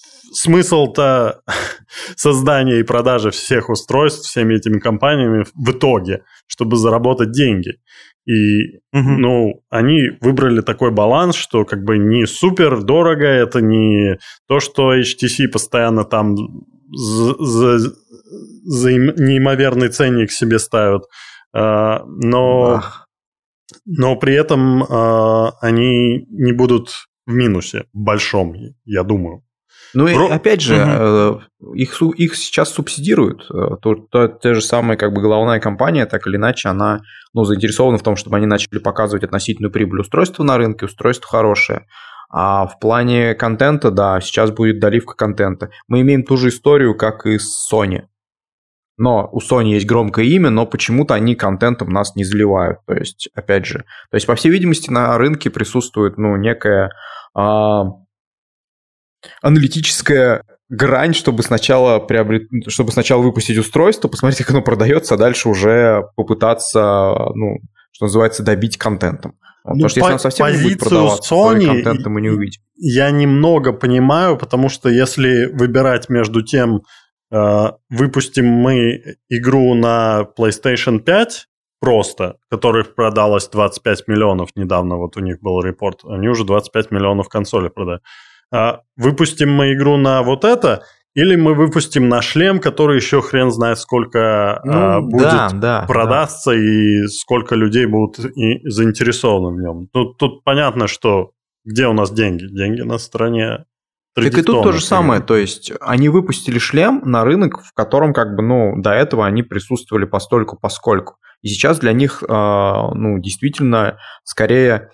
Смысл-то создания и продажи всех устройств всеми этими компаниями в итоге, чтобы заработать деньги. И, угу. ну, они выбрали такой баланс, что как бы не супер дорого, это не то, что эйч ти си постоянно там за, за, за неимоверный ценник себе ставят, но, но при этом они не будут в минусе большом, я думаю. Ну и Про... опять же, угу. их, их сейчас субсидируют. То, то, та же самая как бы головная компания, так или иначе, она ну, заинтересована в том, чтобы они начали показывать относительную прибыль устройства на рынке, устройство хорошее. А в плане контента, да, сейчас будет доливка контента. Мы имеем ту же историю, как и с Sony. Но у Sony есть громкое имя, но почему-то они контентом нас не заливают. То есть, опять же, то есть, по всей видимости, на рынке присутствует ну, некая... А... аналитическая грань, чтобы сначала, приобрет... чтобы сначала выпустить устройство, посмотреть, как оно продается, а дальше уже попытаться, ну, что называется, добить контентом. Вот, ну, потому что если оно совсем не будет продаваться, Sony, то и контента мы не увидим. Я немного понимаю, потому что если выбирать между тем, э, выпустим мы игру на PlayStation пять просто, которых продалось двадцать пять миллионов, недавно вот у них был репорт, они уже двадцать пять миллионов консолей продали. Выпустим мы игру на вот это, или мы выпустим на шлем, который еще хрен знает сколько ну, будет да, да, продастся да. и сколько людей будут и заинтересованы в нем. Тут, тут понятно, что где у нас деньги? Деньги на стороне традиционных. Так и тут то же самое, то есть они выпустили шлем на рынок, в котором как бы, ну, до этого они присутствовали постольку поскольку. И сейчас для них, ну, действительно, скорее,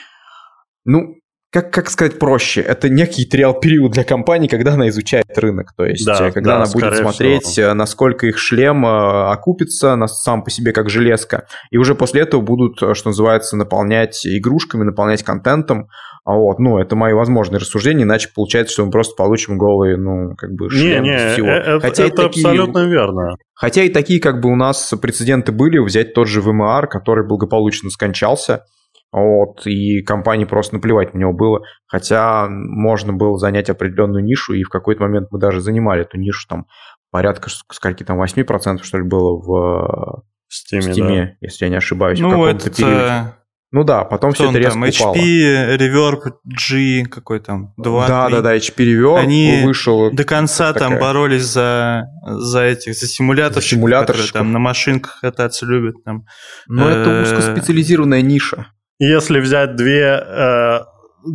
ну, Как, как сказать проще, это некий триал-период для компании, когда она изучает рынок. То есть, да, когда да, она будет смотреть, всего. насколько их шлем окупится сам по себе как железка. И уже после этого будут, что называется, наполнять игрушками, наполнять контентом. Вот, ну, это мои возможные рассуждения, иначе получается, что мы просто получим голые, ну, как бы шлем не, не, всего. Это, Хотя это такие, абсолютно верно. Хотя и такие, как бы у нас прецеденты были, взять тот же ви эм ар, который благополучно скончался. Вот, и компании просто наплевать на него было, хотя можно было занять определенную нишу, и в какой-то момент мы даже занимали эту нишу, там порядка, скольки там, восемь процентов, что ли, было в Steam, да. если я не ошибаюсь, ну, в каком-то это... периоде. Ну да, потом Кто все это резко там? упало. эйч пи, Reverb, G, какой там, два, Да, три. да, да, эйч пи Reverb Они вышел. до конца такая... там боролись за, за этих, за симуляторщиков, которые там на машинках кататься любят. Там. Ну, это узкоспециализированная ниша. Если взять две, э,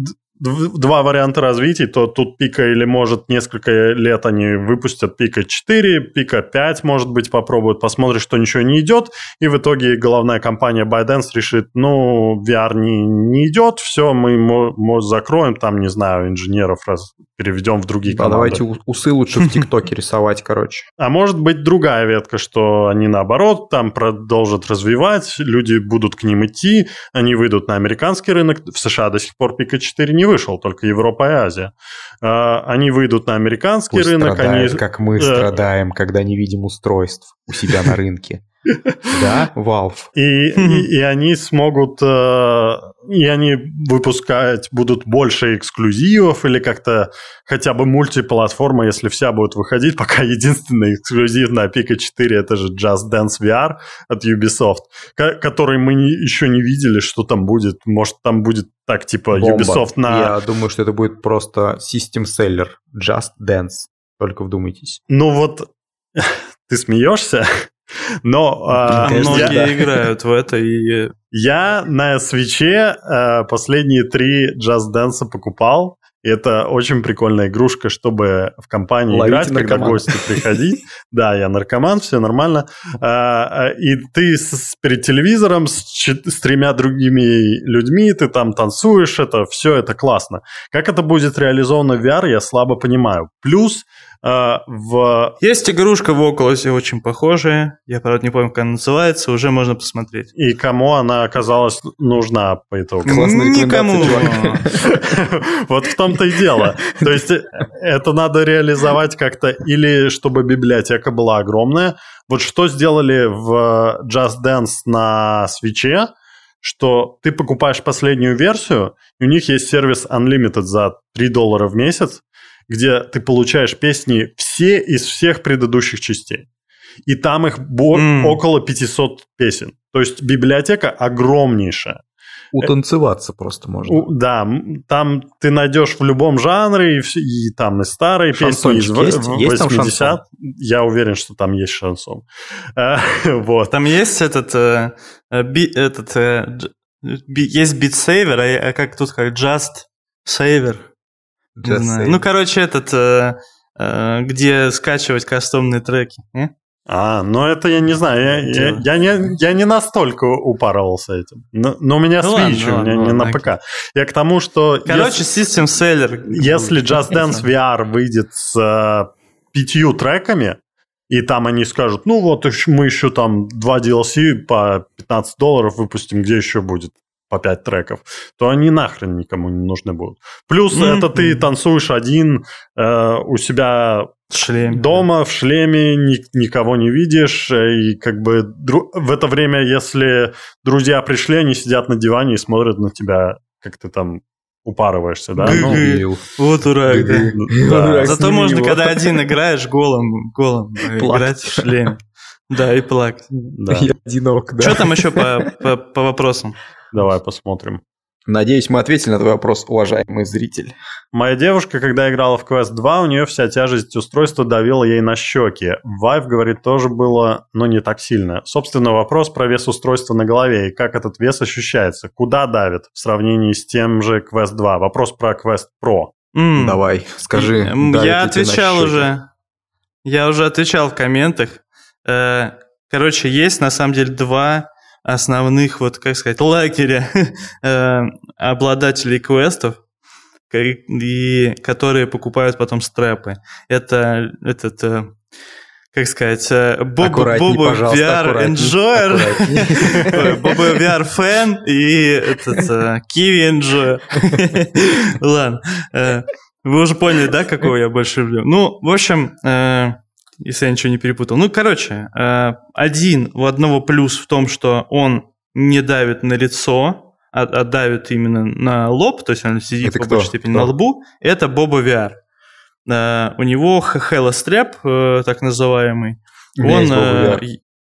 два варианта развития, то тут Пика или может несколько лет они выпустят Пика четыре, Пика пять, может быть, попробуют, посмотрят, что ничего не идет, и в итоге головная компания ByteDance решит, ну, ви ар не, не идет, все, мы может, закроем, там, не знаю, инженеров раз, переведем в другие да, команды. Давайте усы лучше в ТикТоке рисовать, короче. А может быть другая ветка, что они наоборот там продолжат развивать, люди будут к ним идти, они выйдут на американский рынок, в США до сих пор Пика четыре не вышел, только Европа и Азия. Они выйдут на американский Пусть рынок. Страдают, они... как мы страдаем, когда не видим устройств у себя на рынке. Да, Valve. И, и, и они смогут, э, и они выпускать будут больше эксклюзивов или как-то хотя бы мультиплатформа, если вся будет выходить, пока единственный эксклюзив на Пика четыре это же Just Dance ви ар от Ubisoft, ко- который мы не, еще не видели, что там будет. Может, там будет так, типа Бомба. Ubisoft на... Я думаю, что это будет просто System Seller Just Dance. Только вдумайтесь. Ну вот, ты смеешься? Но а, э, многие я, играют в это и... Я на свитче э, последние три Just Dance покупал. И это очень прикольная игрушка, чтобы в компании Ловите играть, наркоман. когда гости приходить. Да, я наркоман, все нормально. И ты перед телевизором с тремя другими людьми, ты там танцуешь, это все это классно. Как это будет реализовано в ви ар, я слабо понимаю. Плюс в... Есть игрушка в Oculus очень похожая, я, правда, не помню, как она называется, уже можно посмотреть. И кому она оказалась нужна по итогу? Никому. Вот в том-то и дело. То есть это надо реализовать как-то, или чтобы библиотека была огромная. Вот что сделали в Just Dance на свитче, что ты покупаешь последнюю версию, и у них есть сервис Unlimited за три доллара в месяц, где ты получаешь песни все из всех предыдущих частей. И там их бо- mm. около пятьсот песен. То есть библиотека огромнейшая. Утанцеваться просто можно. У, да, там ты найдешь в любом жанре, и, и там и старые песни из есть, есть восьмидесятых. Я уверен, что там есть шансон. Вот. Там есть этот... Э, би, этот э, би, есть Beat Saber, а, а как тут как Just Saver. Не знаю. Ну, короче, этот, э, э, где скачивать кастомные треки. Не? А, ну это я не знаю, я, я, я, не, я не настолько упарывался этим. Но, но у меня ну Switch, ладно, у меня ладно, не ладно, на ПК. Я к тому, что... Короче, System Seller. Если Just Dance ви ар выйдет с э, пятью треками, и там они скажут, ну вот мы еще там два ди эл си по пятнадцать долларов выпустим, где еще будет по пять треков, то они нахрен никому не нужны будут. Плюс mm-hmm. это ты танцуешь один э, у себя в шлеме. дома, в шлеме, ни, никого не видишь, и как бы дру... в это время, если друзья пришли, они сидят на диване и смотрят на тебя, как ты там упарываешься, да? Ну, вот урак, да. да. Зато можно, его. Когда один играешь, голым, голым играть в шлеме. Да, и плакать. Да. Я одинок, да. Что там еще по, по, по вопросам? Давай посмотрим. Надеюсь, мы ответили на твой вопрос, уважаемый зритель. Моя девушка, когда играла в квест два, у нее вся тяжесть устройства давила ей на щеки. Vive, говорит, тоже было, но не так сильно. Собственно, вопрос про вес устройства на голове и как этот вес ощущается. Куда давит в сравнении с тем же квест два? Вопрос про квест про. Mm. Давай, скажи. Я отвечал уже. Я уже отвечал в комментах. Короче, есть на самом деле два основных, вот, как сказать, лагеря э, обладателей квестов, и, которые покупают потом стрэпы. Это этот, э, как сказать, Боба ви ар Enjoyer, Боба ви ар Fan и этот Kiwi Enjoyer. Ладно. Э, вы уже поняли, да, какого я больше люблю? Ну, в общем... Э, если я ничего не перепутал. Ну, короче, один у одного плюс в том, что он не давит на лицо, а, а давит именно на лоб, то есть он сидит это по большей степени на лбу. Это Боба ви ар. У него Hello-Strap, так называемый. У меня он, есть Боба ви ар.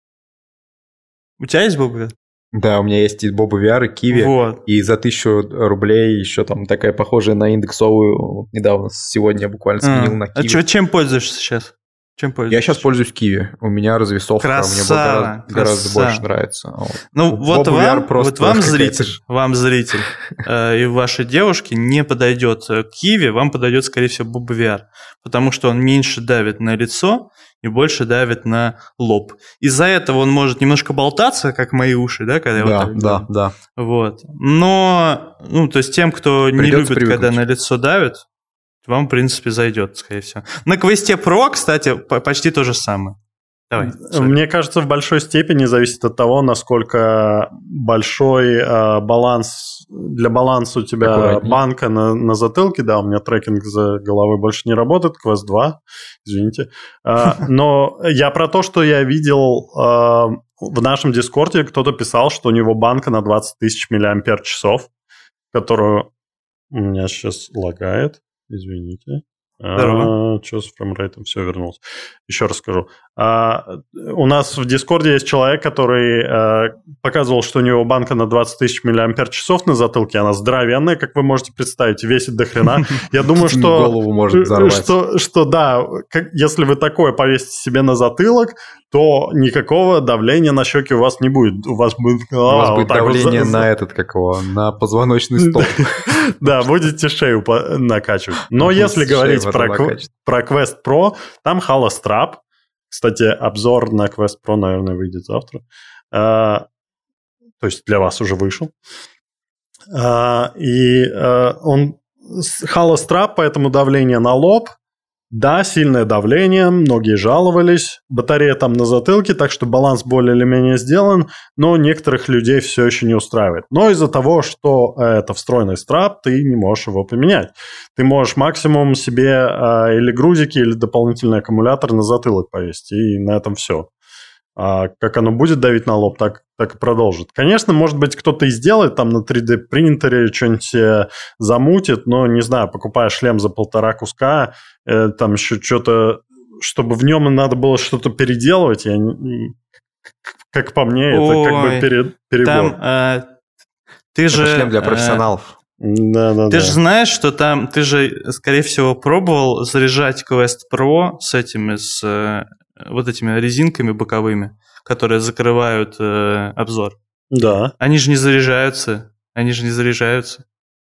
У тебя есть Боба ви ар? Да, у меня есть и Боба ви ар, и Kiwi. Вот. И за тысячу рублей еще там такая похожая на индексовую. Недавно, сегодня я буквально сменил а, на Kiwi. А чё, чем пользуешься сейчас? Чем пользуетесь? Я сейчас пользуюсь Kiwi. У меня развесовка, красава, мне гораздо, гораздо красава. больше нравится. Ну, вот вам, вот вам зритель, ж... вам зритель э, и вашей девушке не подойдет Kiwi, вам подойдет, скорее всего, Bob ви ар, потому что он меньше давит на лицо и больше давит на лоб. Из-за этого он может немножко болтаться, как мои уши, да, когда я да, вот так да, делаю. да. Вот. Но, ну, то есть тем, кто Придется не любит, привыкнуть. Когда на лицо давит, вам, в принципе, зайдет, скорее всего. На Quest Pro, кстати, почти то же самое. Давай. Мне кажется, в большой степени зависит от того, насколько большой э, баланс, для баланса у тебя банка на, на затылке. Да, у меня трекинг за головой больше не работает, Quest два, извините. Э, но я про то, что я видел э, в нашем Дискорде, кто-то писал, что у него банка на двадцать тысяч миллиампер-часов, которую у меня сейчас лагает. Извините. А, что с фреймрейтом? Все, вернулся. Еще раз скажу. А, у нас в Дискорде есть человек, который а, показывал, что у него банка на двадцать тысяч миллиампер-часов на затылке. Она здоровенная, как вы можете представить, весит до хрена. Я думаю, что... Голову может взорвать. Что, что да, как, если вы такое повесите себе на затылок, то никакого давления на щеки у вас не будет. У вас будет голова. У вас будет вот давление вот, на этот, как его, на позвоночный столб. Да, будете шею накачивать. Но если говорить про Quest Pro, там холострап. Кстати, обзор на Quest Pro, наверное, выйдет завтра. То есть для вас уже вышел. И он холострап, поэтому давление на лоб. Да, сильное давление, многие жаловались. Батарея там на затылке, так что баланс более или менее сделан, но некоторых людей все еще не устраивает. Но из-за того, что это встроенный страп, ты не можешь его поменять. Ты можешь максимум себе э, или грузики, или дополнительный аккумулятор на затылок повесить, и на этом все. А как оно будет давить на лоб, так, так и продолжит. Конечно, может быть, кто-то и сделает там на три дэ-принтере, что-нибудь замутит, но, не знаю, покупая шлем за полтора куска, э, там еще что-то, чтобы в нем надо было что-то переделывать, я не, как по мне, это Ой, как бы пере, перебор. Там, э, ты это же, шлем для профессионалов. Э, да, да, ты да. же знаешь, что там, ты же, скорее всего, пробовал заряжать Quest Pro с этими, с... вот этими резинками боковыми, которые закрывают э, обзор. Да. Они же не заряжаются. Они же не заряжаются.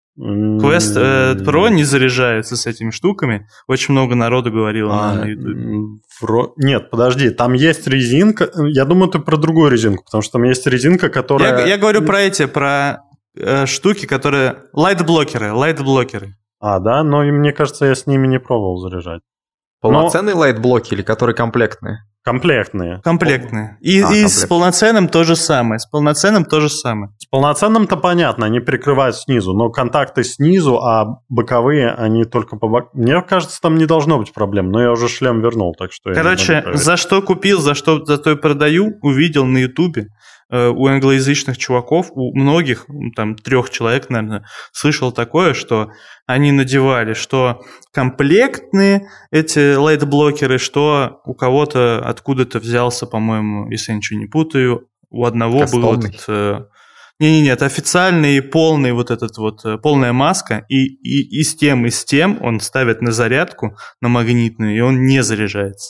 Quest э, Pro не заряжается с этими штуками. Очень много народу говорило а, на, на YouTube. Фро... Нет, подожди, там есть резинка. Я думаю, ты про другую резинку, потому что там есть резинка, которая... Я, я говорю про эти, про э, штуки, которые... Лайт-блокеры, лайт-блокеры. А, да? Но мне кажется, я с ними не пробовал заряжать. Полноценные Но... лайт-блоки или которые комплектные? Комплектные. Комплектные. И, а, и с полноценным то же самое. С полноценным то же самое. С полноценным-то понятно, они прикрывают снизу, но контакты снизу, а боковые, они только по бокам. Мне кажется, там не должно быть проблем, но я уже шлем вернул, так что... Короче, за что купил, за что за то и продаю, увидел на Ютубе. У англоязычных чуваков, у многих, там трех человек, наверное, слышал такое, что они надевали, что комплектные эти лайт-блокеры, что у кого-то откуда-то взялся, по-моему, если я ничего не путаю, у одного был этот... Не-не-не, это официальный полный вот этот вот, полная маска, и, и, и с тем, и с тем он ставит на зарядку, на магнитную, и он не заряжается.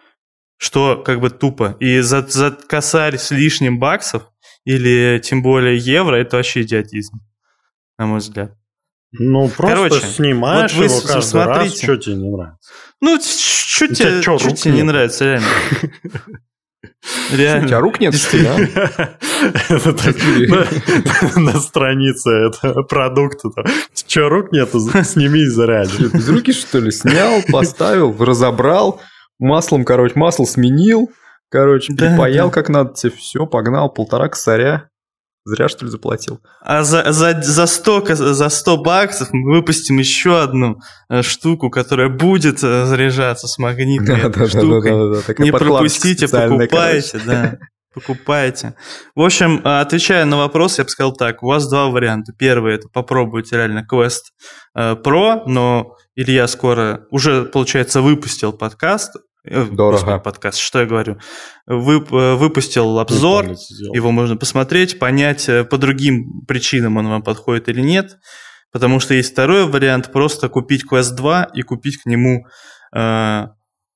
Что как бы тупо. И за, за косарь с лишним баксов, или тем более евро, это вообще идиотизм, на мой взгляд. Ну, просто Короче, снимаешь вот его каждый смотрите. раз, что тебе не нравится. Ну, что тебе, что тебе не нравится, реально? Реально. У тебя рук нет, что ли, на странице этого продукта. Че, рук нету? Сними и заряди. Без руки, что ли? Снял, поставил, разобрал, маслом, короче, масло сменил, короче, припаял как надо тебе, все, погнал, полтора косаря. Зря, что ли, заплатил. А за, за, за, сто, за сто баксов мы выпустим еще одну штуку, которая будет заряжаться с магнитной да, да, штукой. Да, да, да, да. Не пропустите, покупайте. Да, покупайте. В общем, отвечая на вопрос, я бы сказал так. У вас два варианта. Первый – это попробуйте реально Quest Pro, но Илья скоро уже, получается, выпустил подкаст. Дорого. Господи, подкаст, что я говорю? Вып, выпустил обзор, его можно посмотреть, понять, по другим причинам он вам подходит или нет. Потому что есть второй вариант, просто купить Quest два и купить к нему э,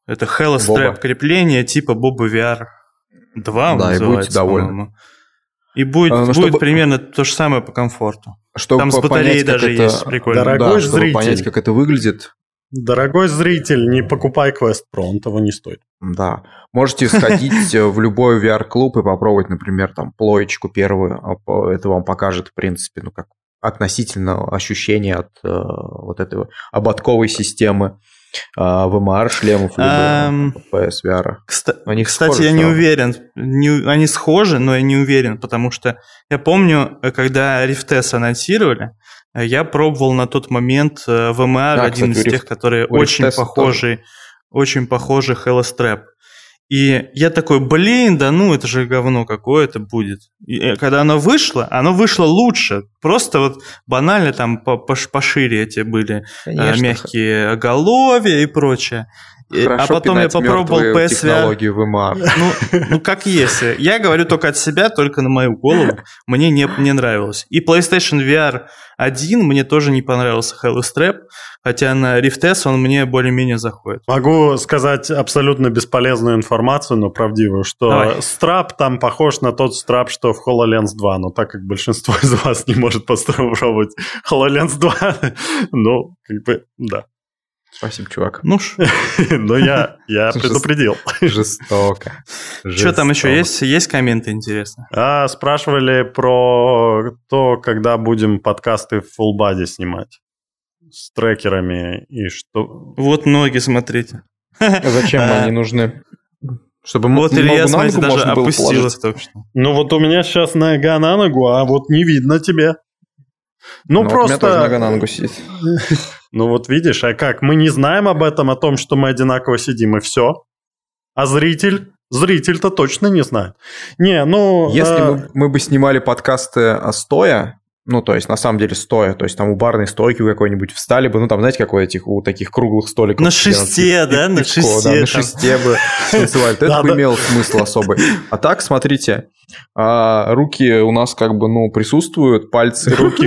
Это Hello Strap крепление типа Boba ви ар два, да, и будете довольны. И будет, а, будет чтобы... примерно то же самое по комфорту. Чтобы Там с батареей даже это... есть, прикольно. Дорогой да, зритель. Чтобы понять, как это выглядит. Дорогой зритель, не покупай Quest Pro, он того не стоит. Да. Можете сходить в любой ви ар-клуб и попробовать, например, там, плоечку первую. Это вам покажет, в принципе, ну, как относительно ощущения от э, вот этой ободковой системы э, ви эм ар-шлемов, либо пи эс ви ар. Кста- кстати, я не уверен. Не, они схожи, но я не уверен, потому что я помню, когда Rift S анонсировали, я пробовал на тот момент ви эм ар, да, один кстати, из тех, которые очень похожий, очень похожий Hello Strap. И я такой, блин, да ну это же говно какое-то будет. И когда оно вышло, оно вышло лучше. Просто вот банально там пошире эти были Конечно. мягкие оголовья и прочее. Хорошо, а потом я попробовал пи эс ви ар. ви эм ар. Ну, ну, как если. Я говорю только от себя, только на мою голову. Мне не, не нравилось. И PlayStation ви ар один мне тоже не понравился Hello Strap, хотя на Rift S он мне более-менее заходит. Могу сказать абсолютно бесполезную информацию, но правдивую, что Давай. страп там похож на тот страп, что в HoloLens два, но так как большинство из вас не может попробовать HoloLens два, ну, как бы, да. Спасибо, чувак. Ну ж. Но я, я предупредил. Жестоко. Что там еще есть? Есть комменты интересные? А, спрашивали про то, когда будем подкасты в Full Body снимать. С трекерами и что... Вот ноги, смотрите. Зачем они нужны? Чтобы вот Илья, смотрите, даже опустил их только что. Ну вот у меня сейчас нога на ногу, а вот не видно тебе. Ну, ну просто... Вот у меня тоже нога на ногу сидит. Ну вот видишь, а как? Мы не знаем об этом, о том, что мы одинаково сидим, и все. А зритель? Зритель-то точно не знает. Не, ну... Если а... мы, мы бы снимали подкасты стоя, ну, то есть, на самом деле, стоя, то есть, там у барной стойки какой-нибудь встали бы, ну, там, знаете, как у этих, у таких круглых столиков. На шесте, да? На шесте. На шесте бы танцевали. Это бы имело смысл особый. А так, смотрите, руки у нас как бы, ну, присутствуют, пальцы, руки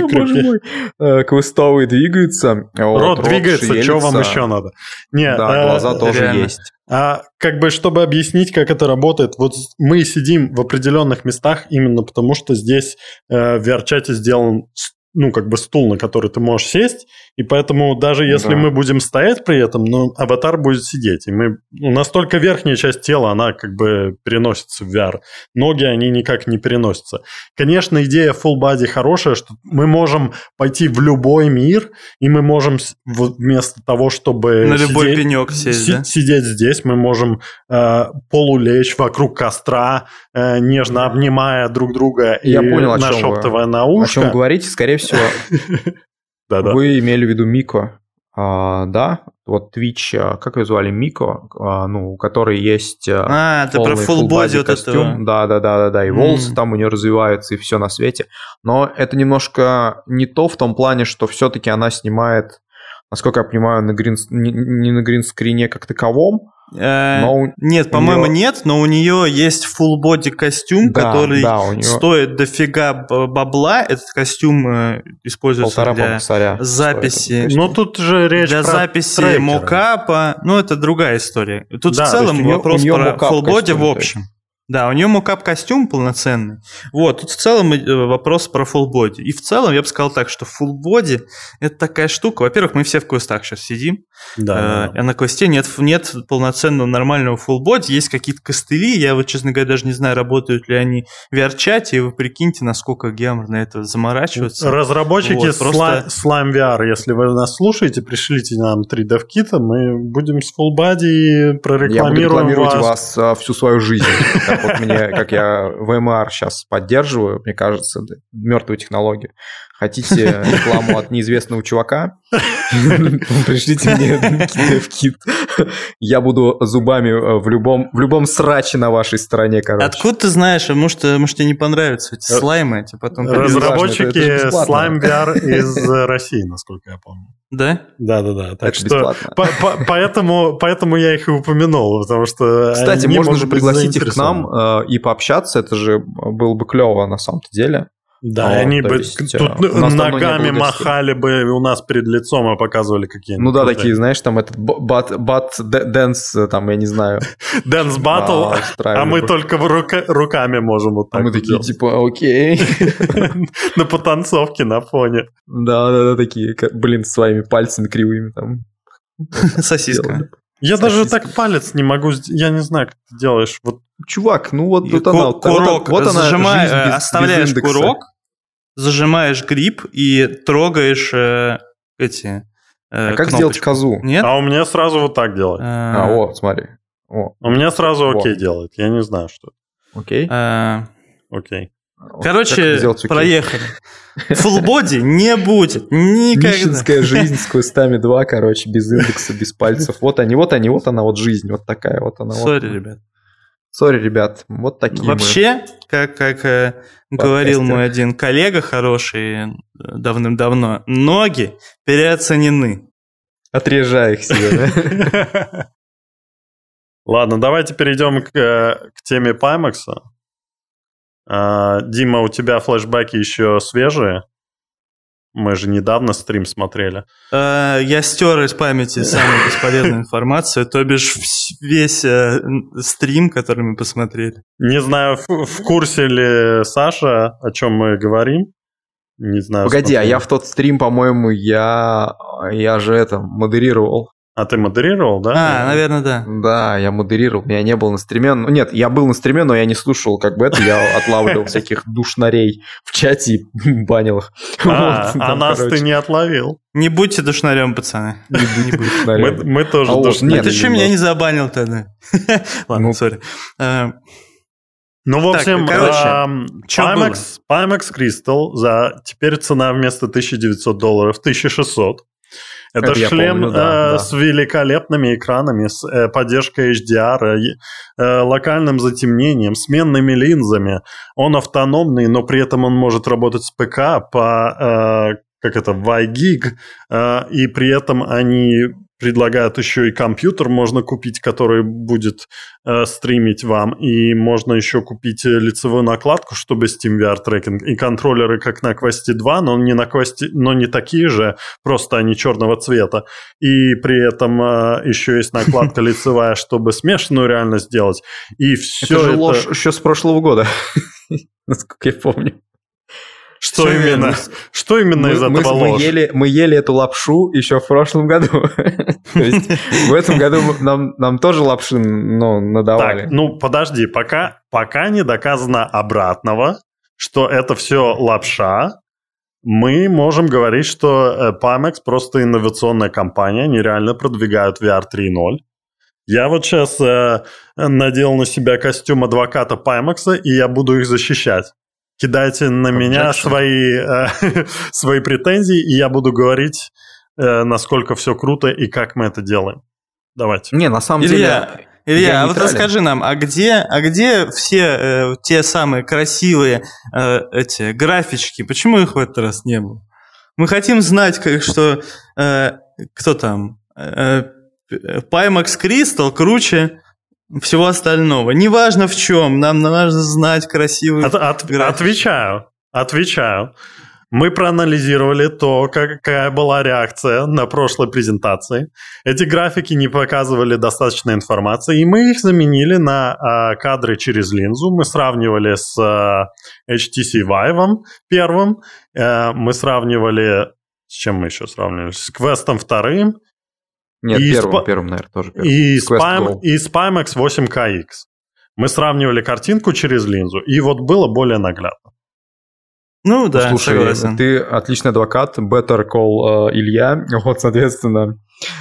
квестовые двигаются. Рот двигается, что вам еще надо? Да, глаза тоже есть. А как бы, чтобы объяснить, как это работает, вот мы сидим в определенных местах именно потому, что здесь э, в ви ар-чате сделан, ну, как бы стул, на который ты можешь сесть, и поэтому даже если да. мы будем стоять при этом, ну, аватар будет сидеть, и мы, у нас только верхняя часть тела, она как бы переносится в ви ар, ноги, они никак не переносятся. Конечно, идея full body хорошая, что мы можем пойти в любой мир, и мы можем вместо того, чтобы на любой сидеть, пенек сесть, си- да? сидеть здесь, мы можем э, полулечь вокруг костра, э, нежно обнимая друг друга. Я и понял, нашептывая на ушко. О чем говорите, скорее всего, вы имели в виду Мико, а, да? Вот Twitch, как ее звали, Мико, а, ну, у которой есть а, ты про full body вот костюм, да, да, да, да, да, и волосы mm. там у нее развиваются и все на свете. Но это немножко не то в том плане, что все-таки она снимает, насколько я понимаю, на грин, не, не на гринскрине как таковом. Но нет, по-моему, нее... нет, но у нее есть full body костюм, да, который да, нее... стоит дофига бабла. Этот костюм используется Полтора для косаря записи. Но тут же речь для про записи трекеры. Мокапа. Ну, это другая история. Тут да, в целом нее, вопрос про full body костюм, в общем. Да, у нее мокап-костюм полноценный. Вот, тут в целом вопрос про full body. И в целом я бы сказал так, что full body – это такая штука. Во-первых, мы все в квестах сейчас сидим, да, а на квесте нет, нет полноценного нормального full body, есть какие-то костыли. Я вот, честно говоря, даже не знаю, работают ли они в ви ар-чате, и вы прикиньте, насколько гемор на это заморачиваться. Разработчики вот, просто... Slime ви ар, если вы нас слушаете, пришлите нам три дев-кита, мы будем с full body и прорекламируем Я буду рекламировать вас. вас всю свою жизнь. Как вот мне, как я ви эм ар сейчас поддерживаю, мне кажется, да, мертвую технологию. Хотите рекламу от неизвестного чувака? Пришлите мне дев-кит. Я буду зубами в любом, в любом сраче на вашей стороне, короче. Откуда ты знаешь? А может, может тебе не понравятся эти слаймы? Эти потом разработчики Slime ви ар из России, насколько я помню. Да? Да-да-да. Так что поэтому, поэтому я их и упомянул, потому что... Кстати, можно же пригласить их к нам и пообщаться, это же было бы клево на самом-то деле. Да, О, они то бы есть, тут у нас давно не ногами было махали бы у нас перед лицом и показывали какие-нибудь. Ну да, крутые. такие, знаешь, там этот бат, бат дэнс, там, я не знаю. Dance Battle, а мы только руками можем вот так. А мы такие, типа, окей. На потанцовке на фоне. Да-да-да, такие, блин, с своими пальцами кривыми там. Сосиска. Я даже так палец не могу, я не знаю, как ты делаешь. Вот, чувак, ну вот тут Ку- она, курок, вот она, зажимай- жизнь без- оставляешь без индекса. курок, зажимаешь гриб и трогаешь э, эти э, А как кнопочку. сделать козу? Нет? а у меня сразу вот так делает. А, Э, о, смотри. О, У меня сразу Во. окей делает. Я не знаю, что это. окей. э, Окей. Короче, Как сделать окей? проехали. Фуллбоди не будет никогда. Нищенская жизнь с квестами два, короче, без индекса, без пальцев. Вот они, вот они, вот она вот жизнь, вот такая вот она. вот. Сори, ребят. Сори, ребят, вот такие мы. Вообще, как, как э, говорил мой один коллега хороший э, давным-давно, ноги переоценены. Отрежай их себе, да? Ладно, давайте перейдем к, э, к теме Pimax. А, Дима, у тебя флешбеки еще свежие? Мы же недавно стрим смотрели. Э, Я стер из памяти самую бесполезную информацию, то бишь вс- весь э, стрим, который мы посмотрели. Не знаю, в, в курсе ли Саша, о чем мы говорим. Не знаю. Погоди, а смотрел. я в тот стрим, по-моему, я, я же это, модерировал. А ты модерировал, да? А, наверное, да. Да, я модерировал, я не был на стриме. Ну, нет, я был на стриме, но я не слушал как бы это, я отлавливал всяких душнарей в чате и банил их. А, Вот, а там, нас короче, ты не отловил. Не будьте душнарем, пацаны. не будь Мы, душнарем. мы тоже А вот, душнили нет, Ты что немного. меня не забанил тогда? Ладно, Ну, сори. Э, Ну, в Так, общем, короче, эм, чё Pimax, Pimax Crystal за теперь цена вместо тысяча девятьсот долларов тысяча шестьсот. Это, Это я шлем помню, да, э, да. с великолепными экранами, с э, поддержкой эйч ди ар, э, э, локальным затемнением, сменными линзами. Он автономный, но при этом он может работать с ПК по, э, как это, вай-гиг, э, и при этом они предлагают еще и компьютер, можно купить, который будет э, стримить вам, и можно еще купить лицевую накладку, чтобы SteamVR трекинг, и контроллеры, как на Quest два, но не на Quest, но не такие же, просто они черного цвета, и при этом э, еще есть накладка лицевая, чтобы смешанную реальность сделать, и все Это же это... ложь еще с прошлого года, насколько я помню. Что Всё именно? верно. Что именно из мы, этого мы ложь? ели, мы ели эту лапшу еще в прошлом году. То есть в этом году нам, нам тоже лапши ну, надавали. Так, ну подожди, пока, пока не доказано обратного, что это все лапша, мы можем говорить, что э, Pimax просто инновационная компания, они реально продвигают ви ар три ноль. Я вот сейчас э, надел на себя костюм адвоката Pimax, и я буду их защищать. Кидайте на Objection. меня свои, э, свои претензии, и я буду говорить, э, насколько все круто и как мы это делаем. Давайте. Не, на самом Илья, деле... Илья, я а вот нейтрален. расскажи нам, а где, а где все э, те самые красивые э, эти графички? Почему их в этот раз не было? Мы хотим знать, как, что э, кто там? Э, Pimax Crystal круче всего остального. Неважно в чем, нам нужно знать красивые От- от- графики. отвечаю, отвечаю. Мы проанализировали то, какая была реакция на прошлой презентации. Эти графики не показывали достаточно информации, и мы их заменили на а, кадры через линзу. Мы сравнивали с а, эйч ти си Vive первым, а, мы сравнивали... С чем мы еще сравнивали? С Quest вторым. Нет, И первым, спа- первым, наверное, тоже первым. И Quest Spam, Go. и Spimax восемь ка икс. Мы сравнивали картинку через линзу, и вот было более наглядно. Ну да, Слушай, согласен. ты отличный адвокат, better call э, Илья, вот, соответственно,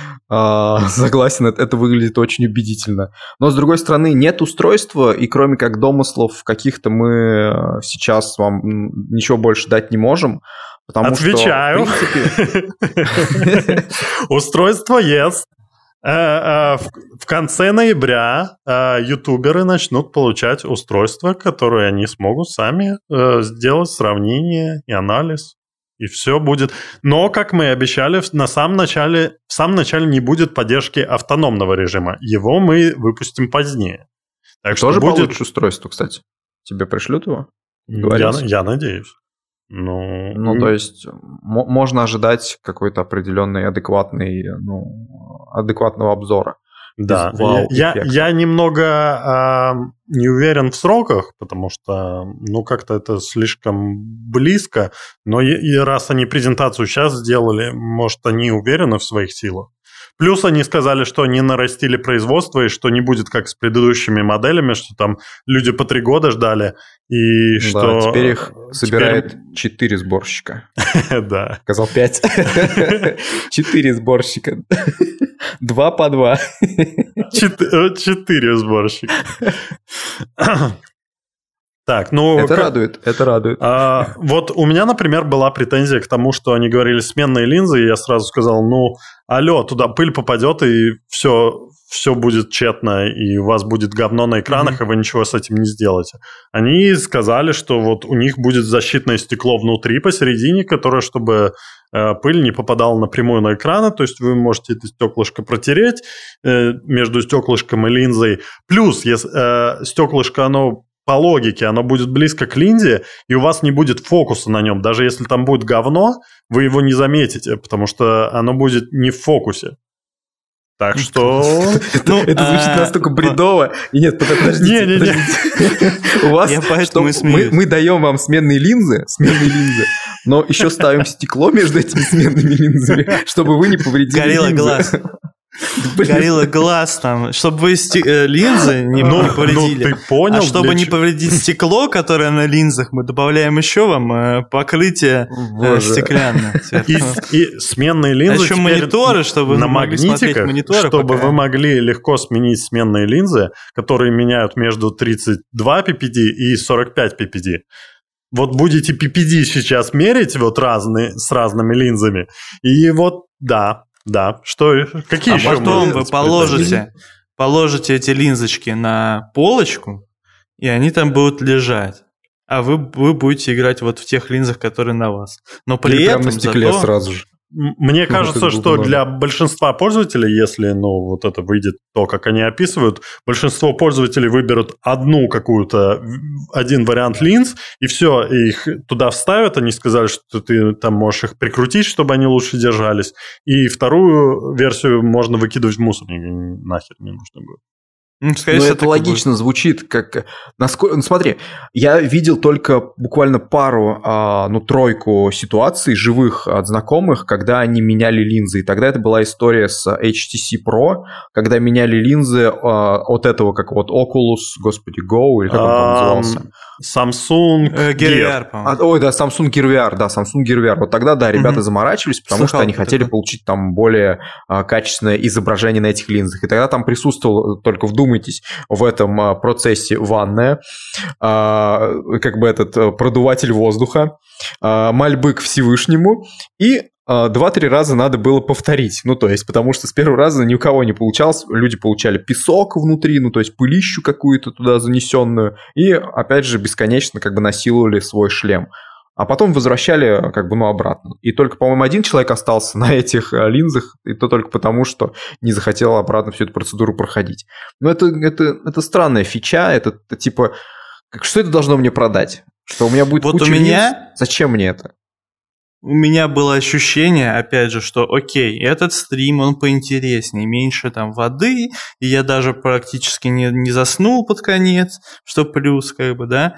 э, согласен, это, это выглядит очень убедительно. Но, с другой стороны, нет устройства, и кроме как домыслов каких-то мы сейчас вам ничего больше дать не можем, потому Отвечаю. что, в принципе... Устройство есть. Э, э, В в конце ноября э, ютуберы начнут получать устройства, которые они смогут сами э, сделать сравнение и анализ. И все будет. Но, как мы и обещали, в- на самом начале, в самом начале не будет поддержки автономного режима. Его мы выпустим позднее. Так что Тоже будет... получишь устройство, кстати? Тебе пришлют его? Я, Договорился? я надеюсь. Ну, Ну, то есть м- можно ожидать какой-то определенный адекватный, ну, адекватного обзора. Да, Без вау я, я, эффекта. я немного а, не уверен в сроках, потому что, ну, как-то это слишком близко, но и, и раз они презентацию сейчас сделали, может, они уверены в своих силах. Плюс они сказали, что они нарастили производство, и что не будет как с предыдущими моделями, что там люди по три года ждали, и что... Да, теперь их собирает теперь... четыре сборщика. Да. Сказал пять. Четыре сборщика. Два по два. Четыре сборщика. Так, ну... Это как... радует, это радует. А, вот у меня, например, была претензия к тому, что они говорили сменные линзы, и я сразу сказал, ну, алло, туда пыль попадет, и все, все будет тщетно, и у вас будет говно на экранах, mm-hmm. и вы ничего с этим не сделаете. Они сказали, что вот у них будет защитное стекло внутри, посередине, которое, чтобы э, пыль не попадала напрямую на экраны, то есть вы можете это стеклышко протереть э, между стеклышком и линзой. Плюс, если, э, стеклышко, оно... По логике, оно будет близко к линзе, и у вас не будет фокуса на нем. Даже если там будет говно, вы его не заметите, потому что оно будет не в фокусе. Так что... Это звучит настолько бредово. И нет, подождите, подождите. У вас... Мы даем вам сменные линзы, сменные линзы, но еще ставим стекло между этими сменными линзами, чтобы вы не повредили линзы. Горело глаз. Горело глаз там, чтобы вы сти- э, линзы не, ну, не повредили. Ну, ты понял, а чтобы не ч... повредить стекло, которое на линзах, мы добавляем еще вам э, покрытие э, стеклянное. И, и сменные линзы. А еще мониторы, чтобы на вы могли смотреть мониторы. Чтобы пока. вы могли легко сменить сменные линзы, которые меняют между тридцать два пи пи ди и сорок пять пи пи ди. Вот будете пи пи ди сейчас мерить вот разные, с разными линзами, и вот, да, да, что, какие а еще? А потом вы положите, положите эти линзочки на полочку, и они там будут лежать. А вы, вы будете играть вот в тех линзах, которые на вас. Но при Или этом прямо на стекле зато... сразу же. Мне ну, кажется, что для большинства пользователей, если, ну, вот это выйдет то, как они описывают, большинство пользователей выберут одну какую-то, один вариант линз, и все, и их туда вставят, они сказали, что ты там можешь их прикрутить, чтобы они лучше держались, и вторую версию можно выкидывать в мусорник, нахер не нужно будет. Ну, Но это логично будет. Звучит, как... Насколько... Ну, смотри, я видел только буквально пару, а, ну, тройку ситуаций живых от знакомых, когда они меняли линзы. И тогда это была история с эйч ти си Pro, когда меняли линзы а, от этого, как вот Oculus, господи, Go, или как он там назывался? Samsung э, Gear ви ар, а, Ой, да, Samsung Gear ви ар, да, Samsung Gear ви ар. Вот тогда, да, ребята угу. заморачивались, потому Слыхал, что они хотели такое. получить там более а, качественное изображение на этих линзах. И тогда там присутствовал, только вдумайтесь, в этом а, процессе ванная, а, как бы этот продуватель воздуха, а, мольбы к Всевышнему и два-три раза надо было повторить. Ну, то есть, потому что с первого раза ни у кого не получалось. Люди получали песок внутри, ну, то есть, пылищу какую-то туда занесенную. И, опять же, бесконечно как бы насиловали свой шлем. А потом возвращали как бы, ну, обратно. И только, по-моему, один человек остался на этих линзах, и то только потому, что не захотел обратно всю эту процедуру проходить. Но это, это, это странная фича, это, это типа... Что это должно мне продать? Что у меня будет вот куча у меня... линз? Зачем мне это? У меня было ощущение, опять же, что окей, этот стрим, он поинтереснее, меньше там воды, и я даже практически не, не заснул под конец, что плюс, как бы, да,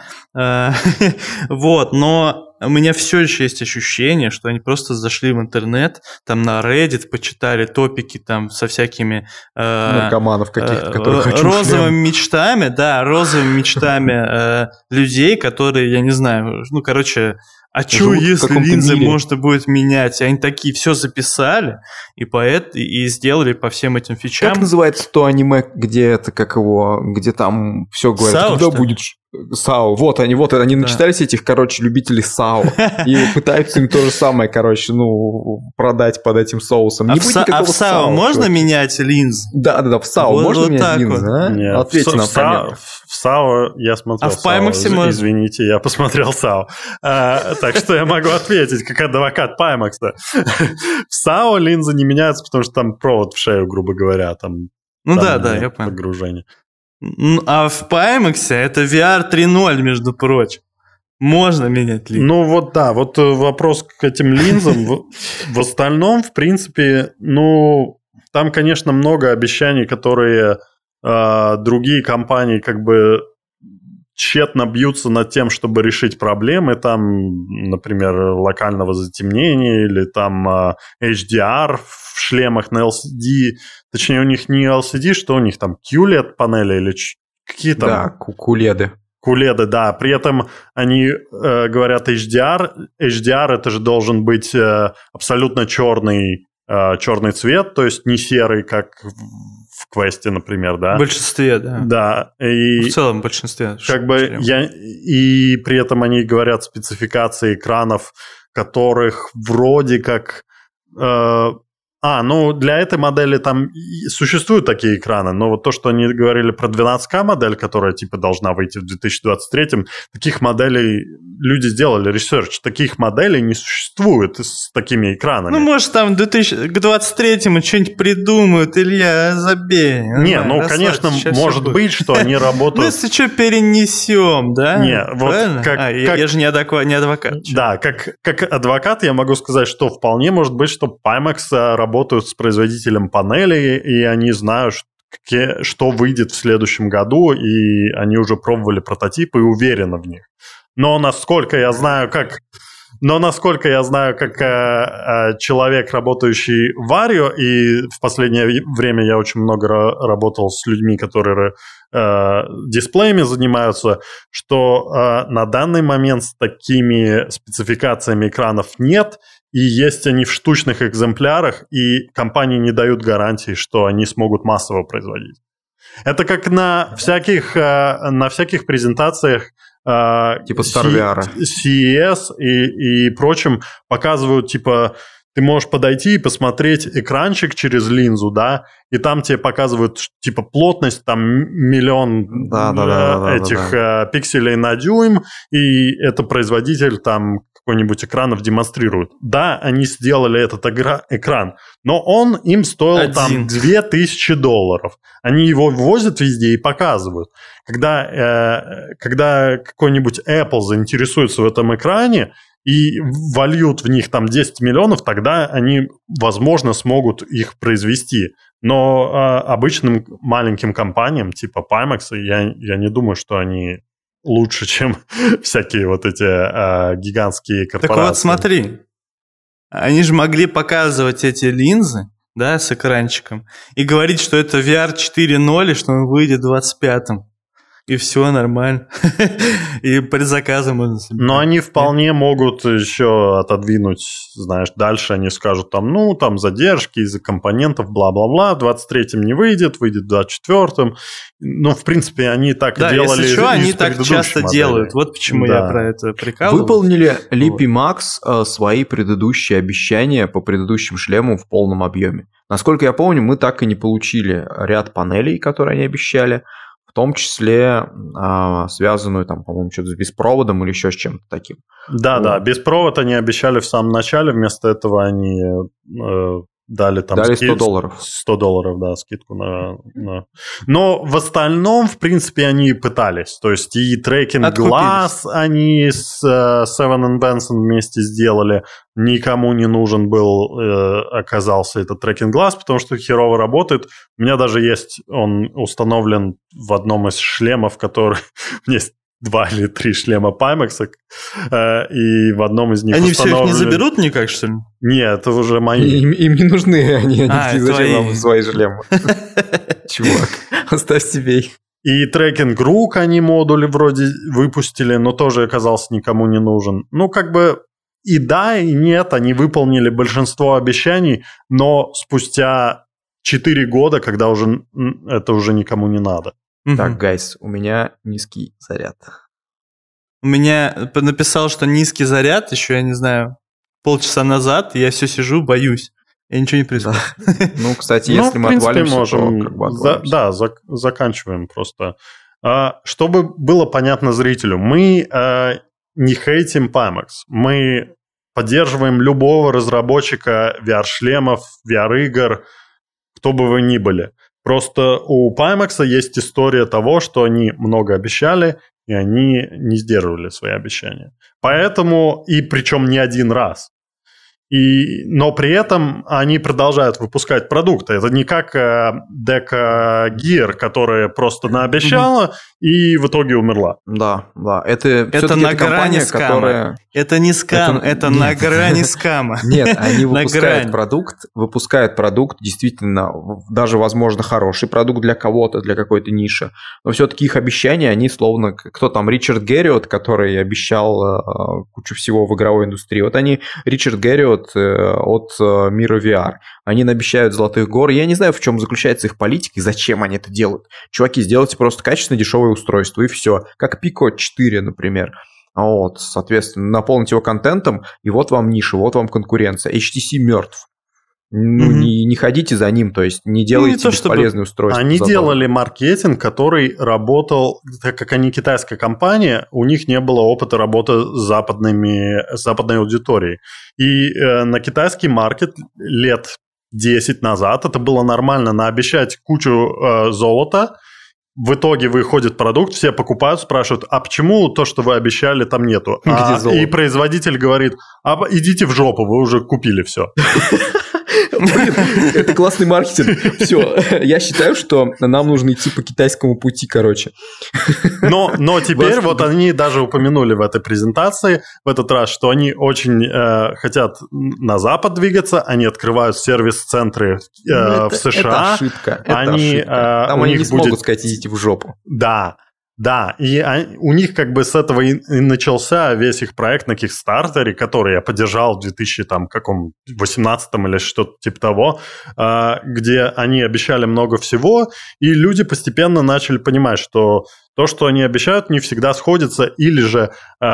вот, но у меня все еще есть ощущение, что они просто зашли в интернет, там на Reddit, почитали топики там со всякими... наркоманов каких-то, которые хочу розовыми мечтами, да, розовыми мечтами людей, которые, я не знаю, ну, короче... А что, если линзы мире. можно будет менять? Они такие все записали и, поэт, и сделали по всем этим фичам. Как называется то аниме, где это, как его, где там все говорят, Сао, когда будет... САО, вот они, вот они да. начитались этих, короче, любителей САО и пытаются им то же самое, короче, ну, продать под этим соусом. А, в, са- а в САО, САО можно менять линзы? Да, да, да, в САО вот, можно вот менять линзы, вот. а? Нет, Ответьте в, нам в, САО, в САО я смотрел. А в Pimax можно? Извините, я посмотрел САО. А, так что я могу ответить, как адвокат Pimax. В САО линзы не меняются, потому что там провод в шею, грубо говоря, там. Ну да, да, я понял. Погружение. А в Pimax это ви ар три ноль, между прочим. Можно менять линзы. Ну вот да, вот вопрос к этим линзам. В, в остальном, в принципе, ну, там, конечно, много обещаний, которые э, другие компании как бы тщетно бьются над тем, чтобы решить проблемы, там, например, локального затемнения или там э, эйч ди ар в шлемах на эл си ди. Точнее, у них не эл си ди, что у них там кью эл и ди панели или ч- какие там... Да, куледы. куледы, да. При этом они э, говорят эйч ди ар. эйч ди ар это же должен быть э, абсолютно черный, э, черный цвет, то есть не серый, как в, в квесте, например, да. В большинстве, да. Да. И в целом в большинстве. Как бы я, и при этом они говорят спецификации экранов, которых вроде как... Э, А, ну для этой модели там существуют такие экраны, но вот то, что они говорили про двенадцать ка модель, которая типа должна выйти в две тысячи двадцать третьем, таких моделей люди сделали ресерч, таких моделей не существует с такими экранами. Ну, может, там к двадцать третьему что-нибудь придумают, Илья, забей. Не, ну, конечно, может быть, что они работают... Ну, если что, перенесем, да? Не, вот как... А, я же не адвокат. Да, как адвокат я могу сказать, что вполне может быть, что Pimax работает работают с производителем панелей, и они знают, что выйдет в следующем году, и они уже пробовали прототипы и уверены в них. Но насколько я знаю, как... Но насколько я знаю, как э, э, человек, работающий в Vario, и в последнее время я очень много ра- работал с людьми, которые э, дисплеями занимаются, что э, на данный момент с такими спецификациями экранов нет, и есть они в штучных экземплярах, и компании не дают гарантии, что они смогут массово производить. Это как на всяких, э, на всяких презентациях Uh, типа StarVR. си и эс и, и прочим показывают, типа, ты можешь подойти и посмотреть экранчик через линзу, да, и там тебе показывают, типа, плотность, там, миллион да, да, да, да, этих да, да. пикселей на дюйм, и это производитель, там, какой-нибудь экранов демонстрирует. Да, они сделали этот экран, но он им стоил Один. там две тысячи долларов. Они его возят везде и показывают. Когда, э, когда какой-нибудь Apple заинтересуется в этом экране и вольют в них там десять миллионов, тогда они, возможно, смогут их произвести. Но э, обычным маленьким компаниям, типа Pimax, я, я не думаю, что они лучше, чем всякие вот эти э, гигантские корпорации. Так вот, смотри, они же могли показывать эти линзы, да, с экранчиком, и говорить, что это ви ар четыре ноль, и что он выйдет в двадцать пятом. И все нормально. И предзаказы можно себе. Но они вполне могут еще отодвинуть, знаешь, дальше они скажут там, ну, там задержки из-за компонентов, бла-бла-бла, в двадцать третьем не выйдет, выйдет в двадцать четвёртом. Ну, в принципе, они так да, делали. Если что, они так часто модели. делают. Вот почему да. я про это прикалываюсь. Выполнили ли Pimax э, свои предыдущие обещания по предыдущим шлемам в полном объеме? Насколько я помню, мы так и не получили ряд панелей, которые они обещали. В том числе э, связанную, там, по-моему, что-то с беспроводом или еще с чем-то таким. Да, вот. да, беспровод они обещали в самом начале, вместо этого они э, дали там... Дали сто долларов. сто долларов, да, скидку на, на... Но в остальном, в принципе, они пытались. То есть и Tracking Glass они с uh, Seven and Benson вместе сделали. Никому не нужен был, э, оказался этот Tracking Glass, потому что херово работает. У меня даже есть, он установлен в одном из шлемов, который... У меня есть два или три шлема Pimax, э, и в одном из них Они установлен... все их не заберут никак, что ли? Нет, это уже мои. Им, им не нужны они, они а, зачем вам свои шлемы? Чувак, оставь себе их. И Tracking Rook они модули вроде выпустили, но тоже оказался никому не нужен. Ну, как бы и да, и нет, они выполнили большинство обещаний, но спустя четыре года, когда уже это уже никому не надо. Так, гайс, у меня низкий заряд. У меня написал, что низкий заряд, еще, я не знаю, полчаса назад, и я все сижу, боюсь. И ничего не происходит. Да. Ну, кстати, если ну, мы принципе, отвалимся, можем... то как бы За... Да, зак... заканчиваем просто. А, чтобы было понятно зрителю, мы а, не хейтим Pimax. Мы поддерживаем любого разработчика ви ар-шлемов, ви ар-игр, кто бы вы ни были. Просто у Pimax есть история того, что они много обещали и они не сдерживали свои обещания. Поэтому, и причем не один раз. И, но при этом они продолжают выпускать продукты. Это не как э, Deca Gear, которая просто наобещала mm-hmm. и в итоге умерла. Да, да. Это, это на грани скама. Которая... Это не скам, это, это на грани скама. Нет, они выпускают продукт, выпускают продукт, действительно, даже, возможно, хороший продукт для кого-то, для какой-то ниши. Но все-таки их обещания, они словно... Кто там? Ричард Герриот, который обещал э, кучу всего в игровой индустрии. Вот они, Ричард Герриот, от мира ви ар. Они обещают золотых гор. Я не знаю, в чем заключается их политика и зачем они это делают. Чуваки, сделайте просто качественное дешевое устройство, и все. Как Pico четыре, например. Вот, соответственно, наполните его контентом, и вот вам ниша, вот вам конкуренция. эйч ти си мертв. Ну, mm-hmm. не, не ходите за ним, то есть не делайте ну, не бесполезные устройства. Они делали маркетинг, который работал, так как они китайская компания, у них не было опыта работы с, западными, с западной аудиторией. И э, на китайский маркет лет десять назад это было нормально, наобещать кучу э, золота, в итоге выходит продукт, все покупают, спрашивают, а почему то, что вы обещали, там нету? А, и производитель говорит, а идите в жопу, вы уже купили все. Блин, это классный маркетинг. Все, я считаю, что нам нужно идти по китайскому пути, короче. Но, но теперь вот они даже упомянули в этой презентации в этот раз, что они очень э, хотят на Запад двигаться, они открывают сервис-центры э, это, в США. Это ошибка. Это они, ошибка. Там э, они не смогут будет... сказать, идите в жопу. Да. Да, и у них как бы с этого и начался весь их проект на Kickstarter, который я поддержал в две тысячи восемнадцатом или что-то типа того, где они обещали много всего, и люди постепенно начали понимать, что то, что они обещают, не всегда сходится, или же,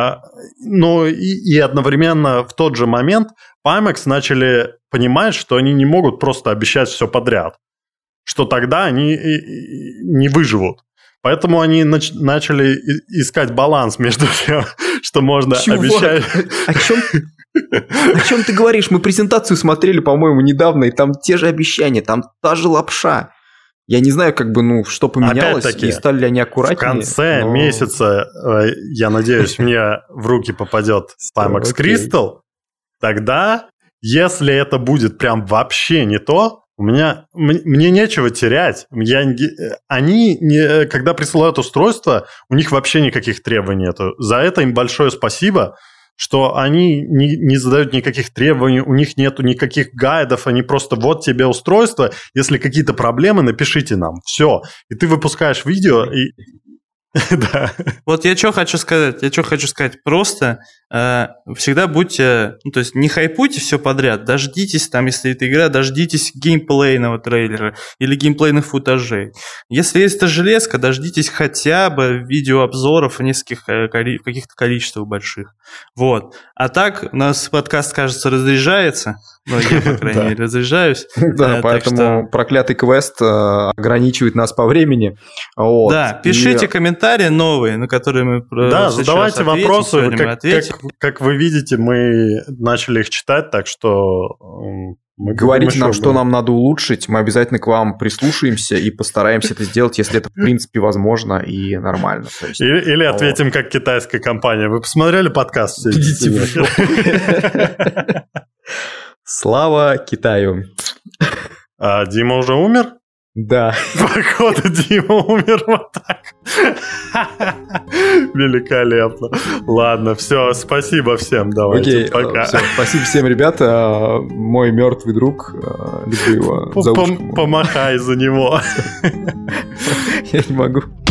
ну и, и одновременно в тот же момент Pimax начали понимать, что они не могут просто обещать все подряд, что тогда они не выживут. Поэтому они нач- начали искать баланс между тем, что можно Чувак, обещать. О чем, о чем ты говоришь? Мы презентацию смотрели, по-моему, недавно, и там те же обещания, там та же лапша. Я не знаю, как бы, ну, что поменялось, опять-таки, и стали ли они аккуратнее. В конце но... месяца, я надеюсь, мне в руки попадет Pimax Crystal. Тогда, если это будет прям вообще не то, У меня, мне нечего терять. Я, они, не, когда присылают устройство, у них вообще никаких требований нету. За это им большое спасибо, что они не, не задают никаких требований, у них нету никаких гайдов, они просто вот тебе устройство, если какие-то проблемы, напишите нам. Все. И ты выпускаешь видео и... Да. Вот я что хочу сказать, я что хочу сказать, просто э, всегда будьте, ну, то есть не хайпуйте все подряд, дождитесь там, если это игра, дождитесь геймплейного трейлера или геймплейных футажей. Если есть эта железка, дождитесь хотя бы видеообзоров в нескольких в каких-то количествах больших. Вот. А так у нас подкаст, кажется, разряжается. Ну, я, по крайней мере, разряжаюсь. Да, поэтому проклятый квест ограничивает нас по времени. Да, пишите комментарии. Комментарии новые, на которые мы да, задавайте вопросы. Как, как, как вы видите, мы начали их читать, так что мы говорите нам, что нам надо улучшить. Мы обязательно к вам прислушаемся и постараемся это сделать, если это в принципе возможно и нормально. То есть, или, или ответим вот. Как китайская компания. Вы посмотрели подкаст? Идите в жопу. Слава Китаю. А Дима уже умер? Да. Походу, Дима умер вот так. Великолепно. Ладно, все, спасибо всем, давайте, Окей, пока. Все, спасибо всем, ребята. Мой мертвый друг, люблю его за ушко. Помахай за него. Я не могу.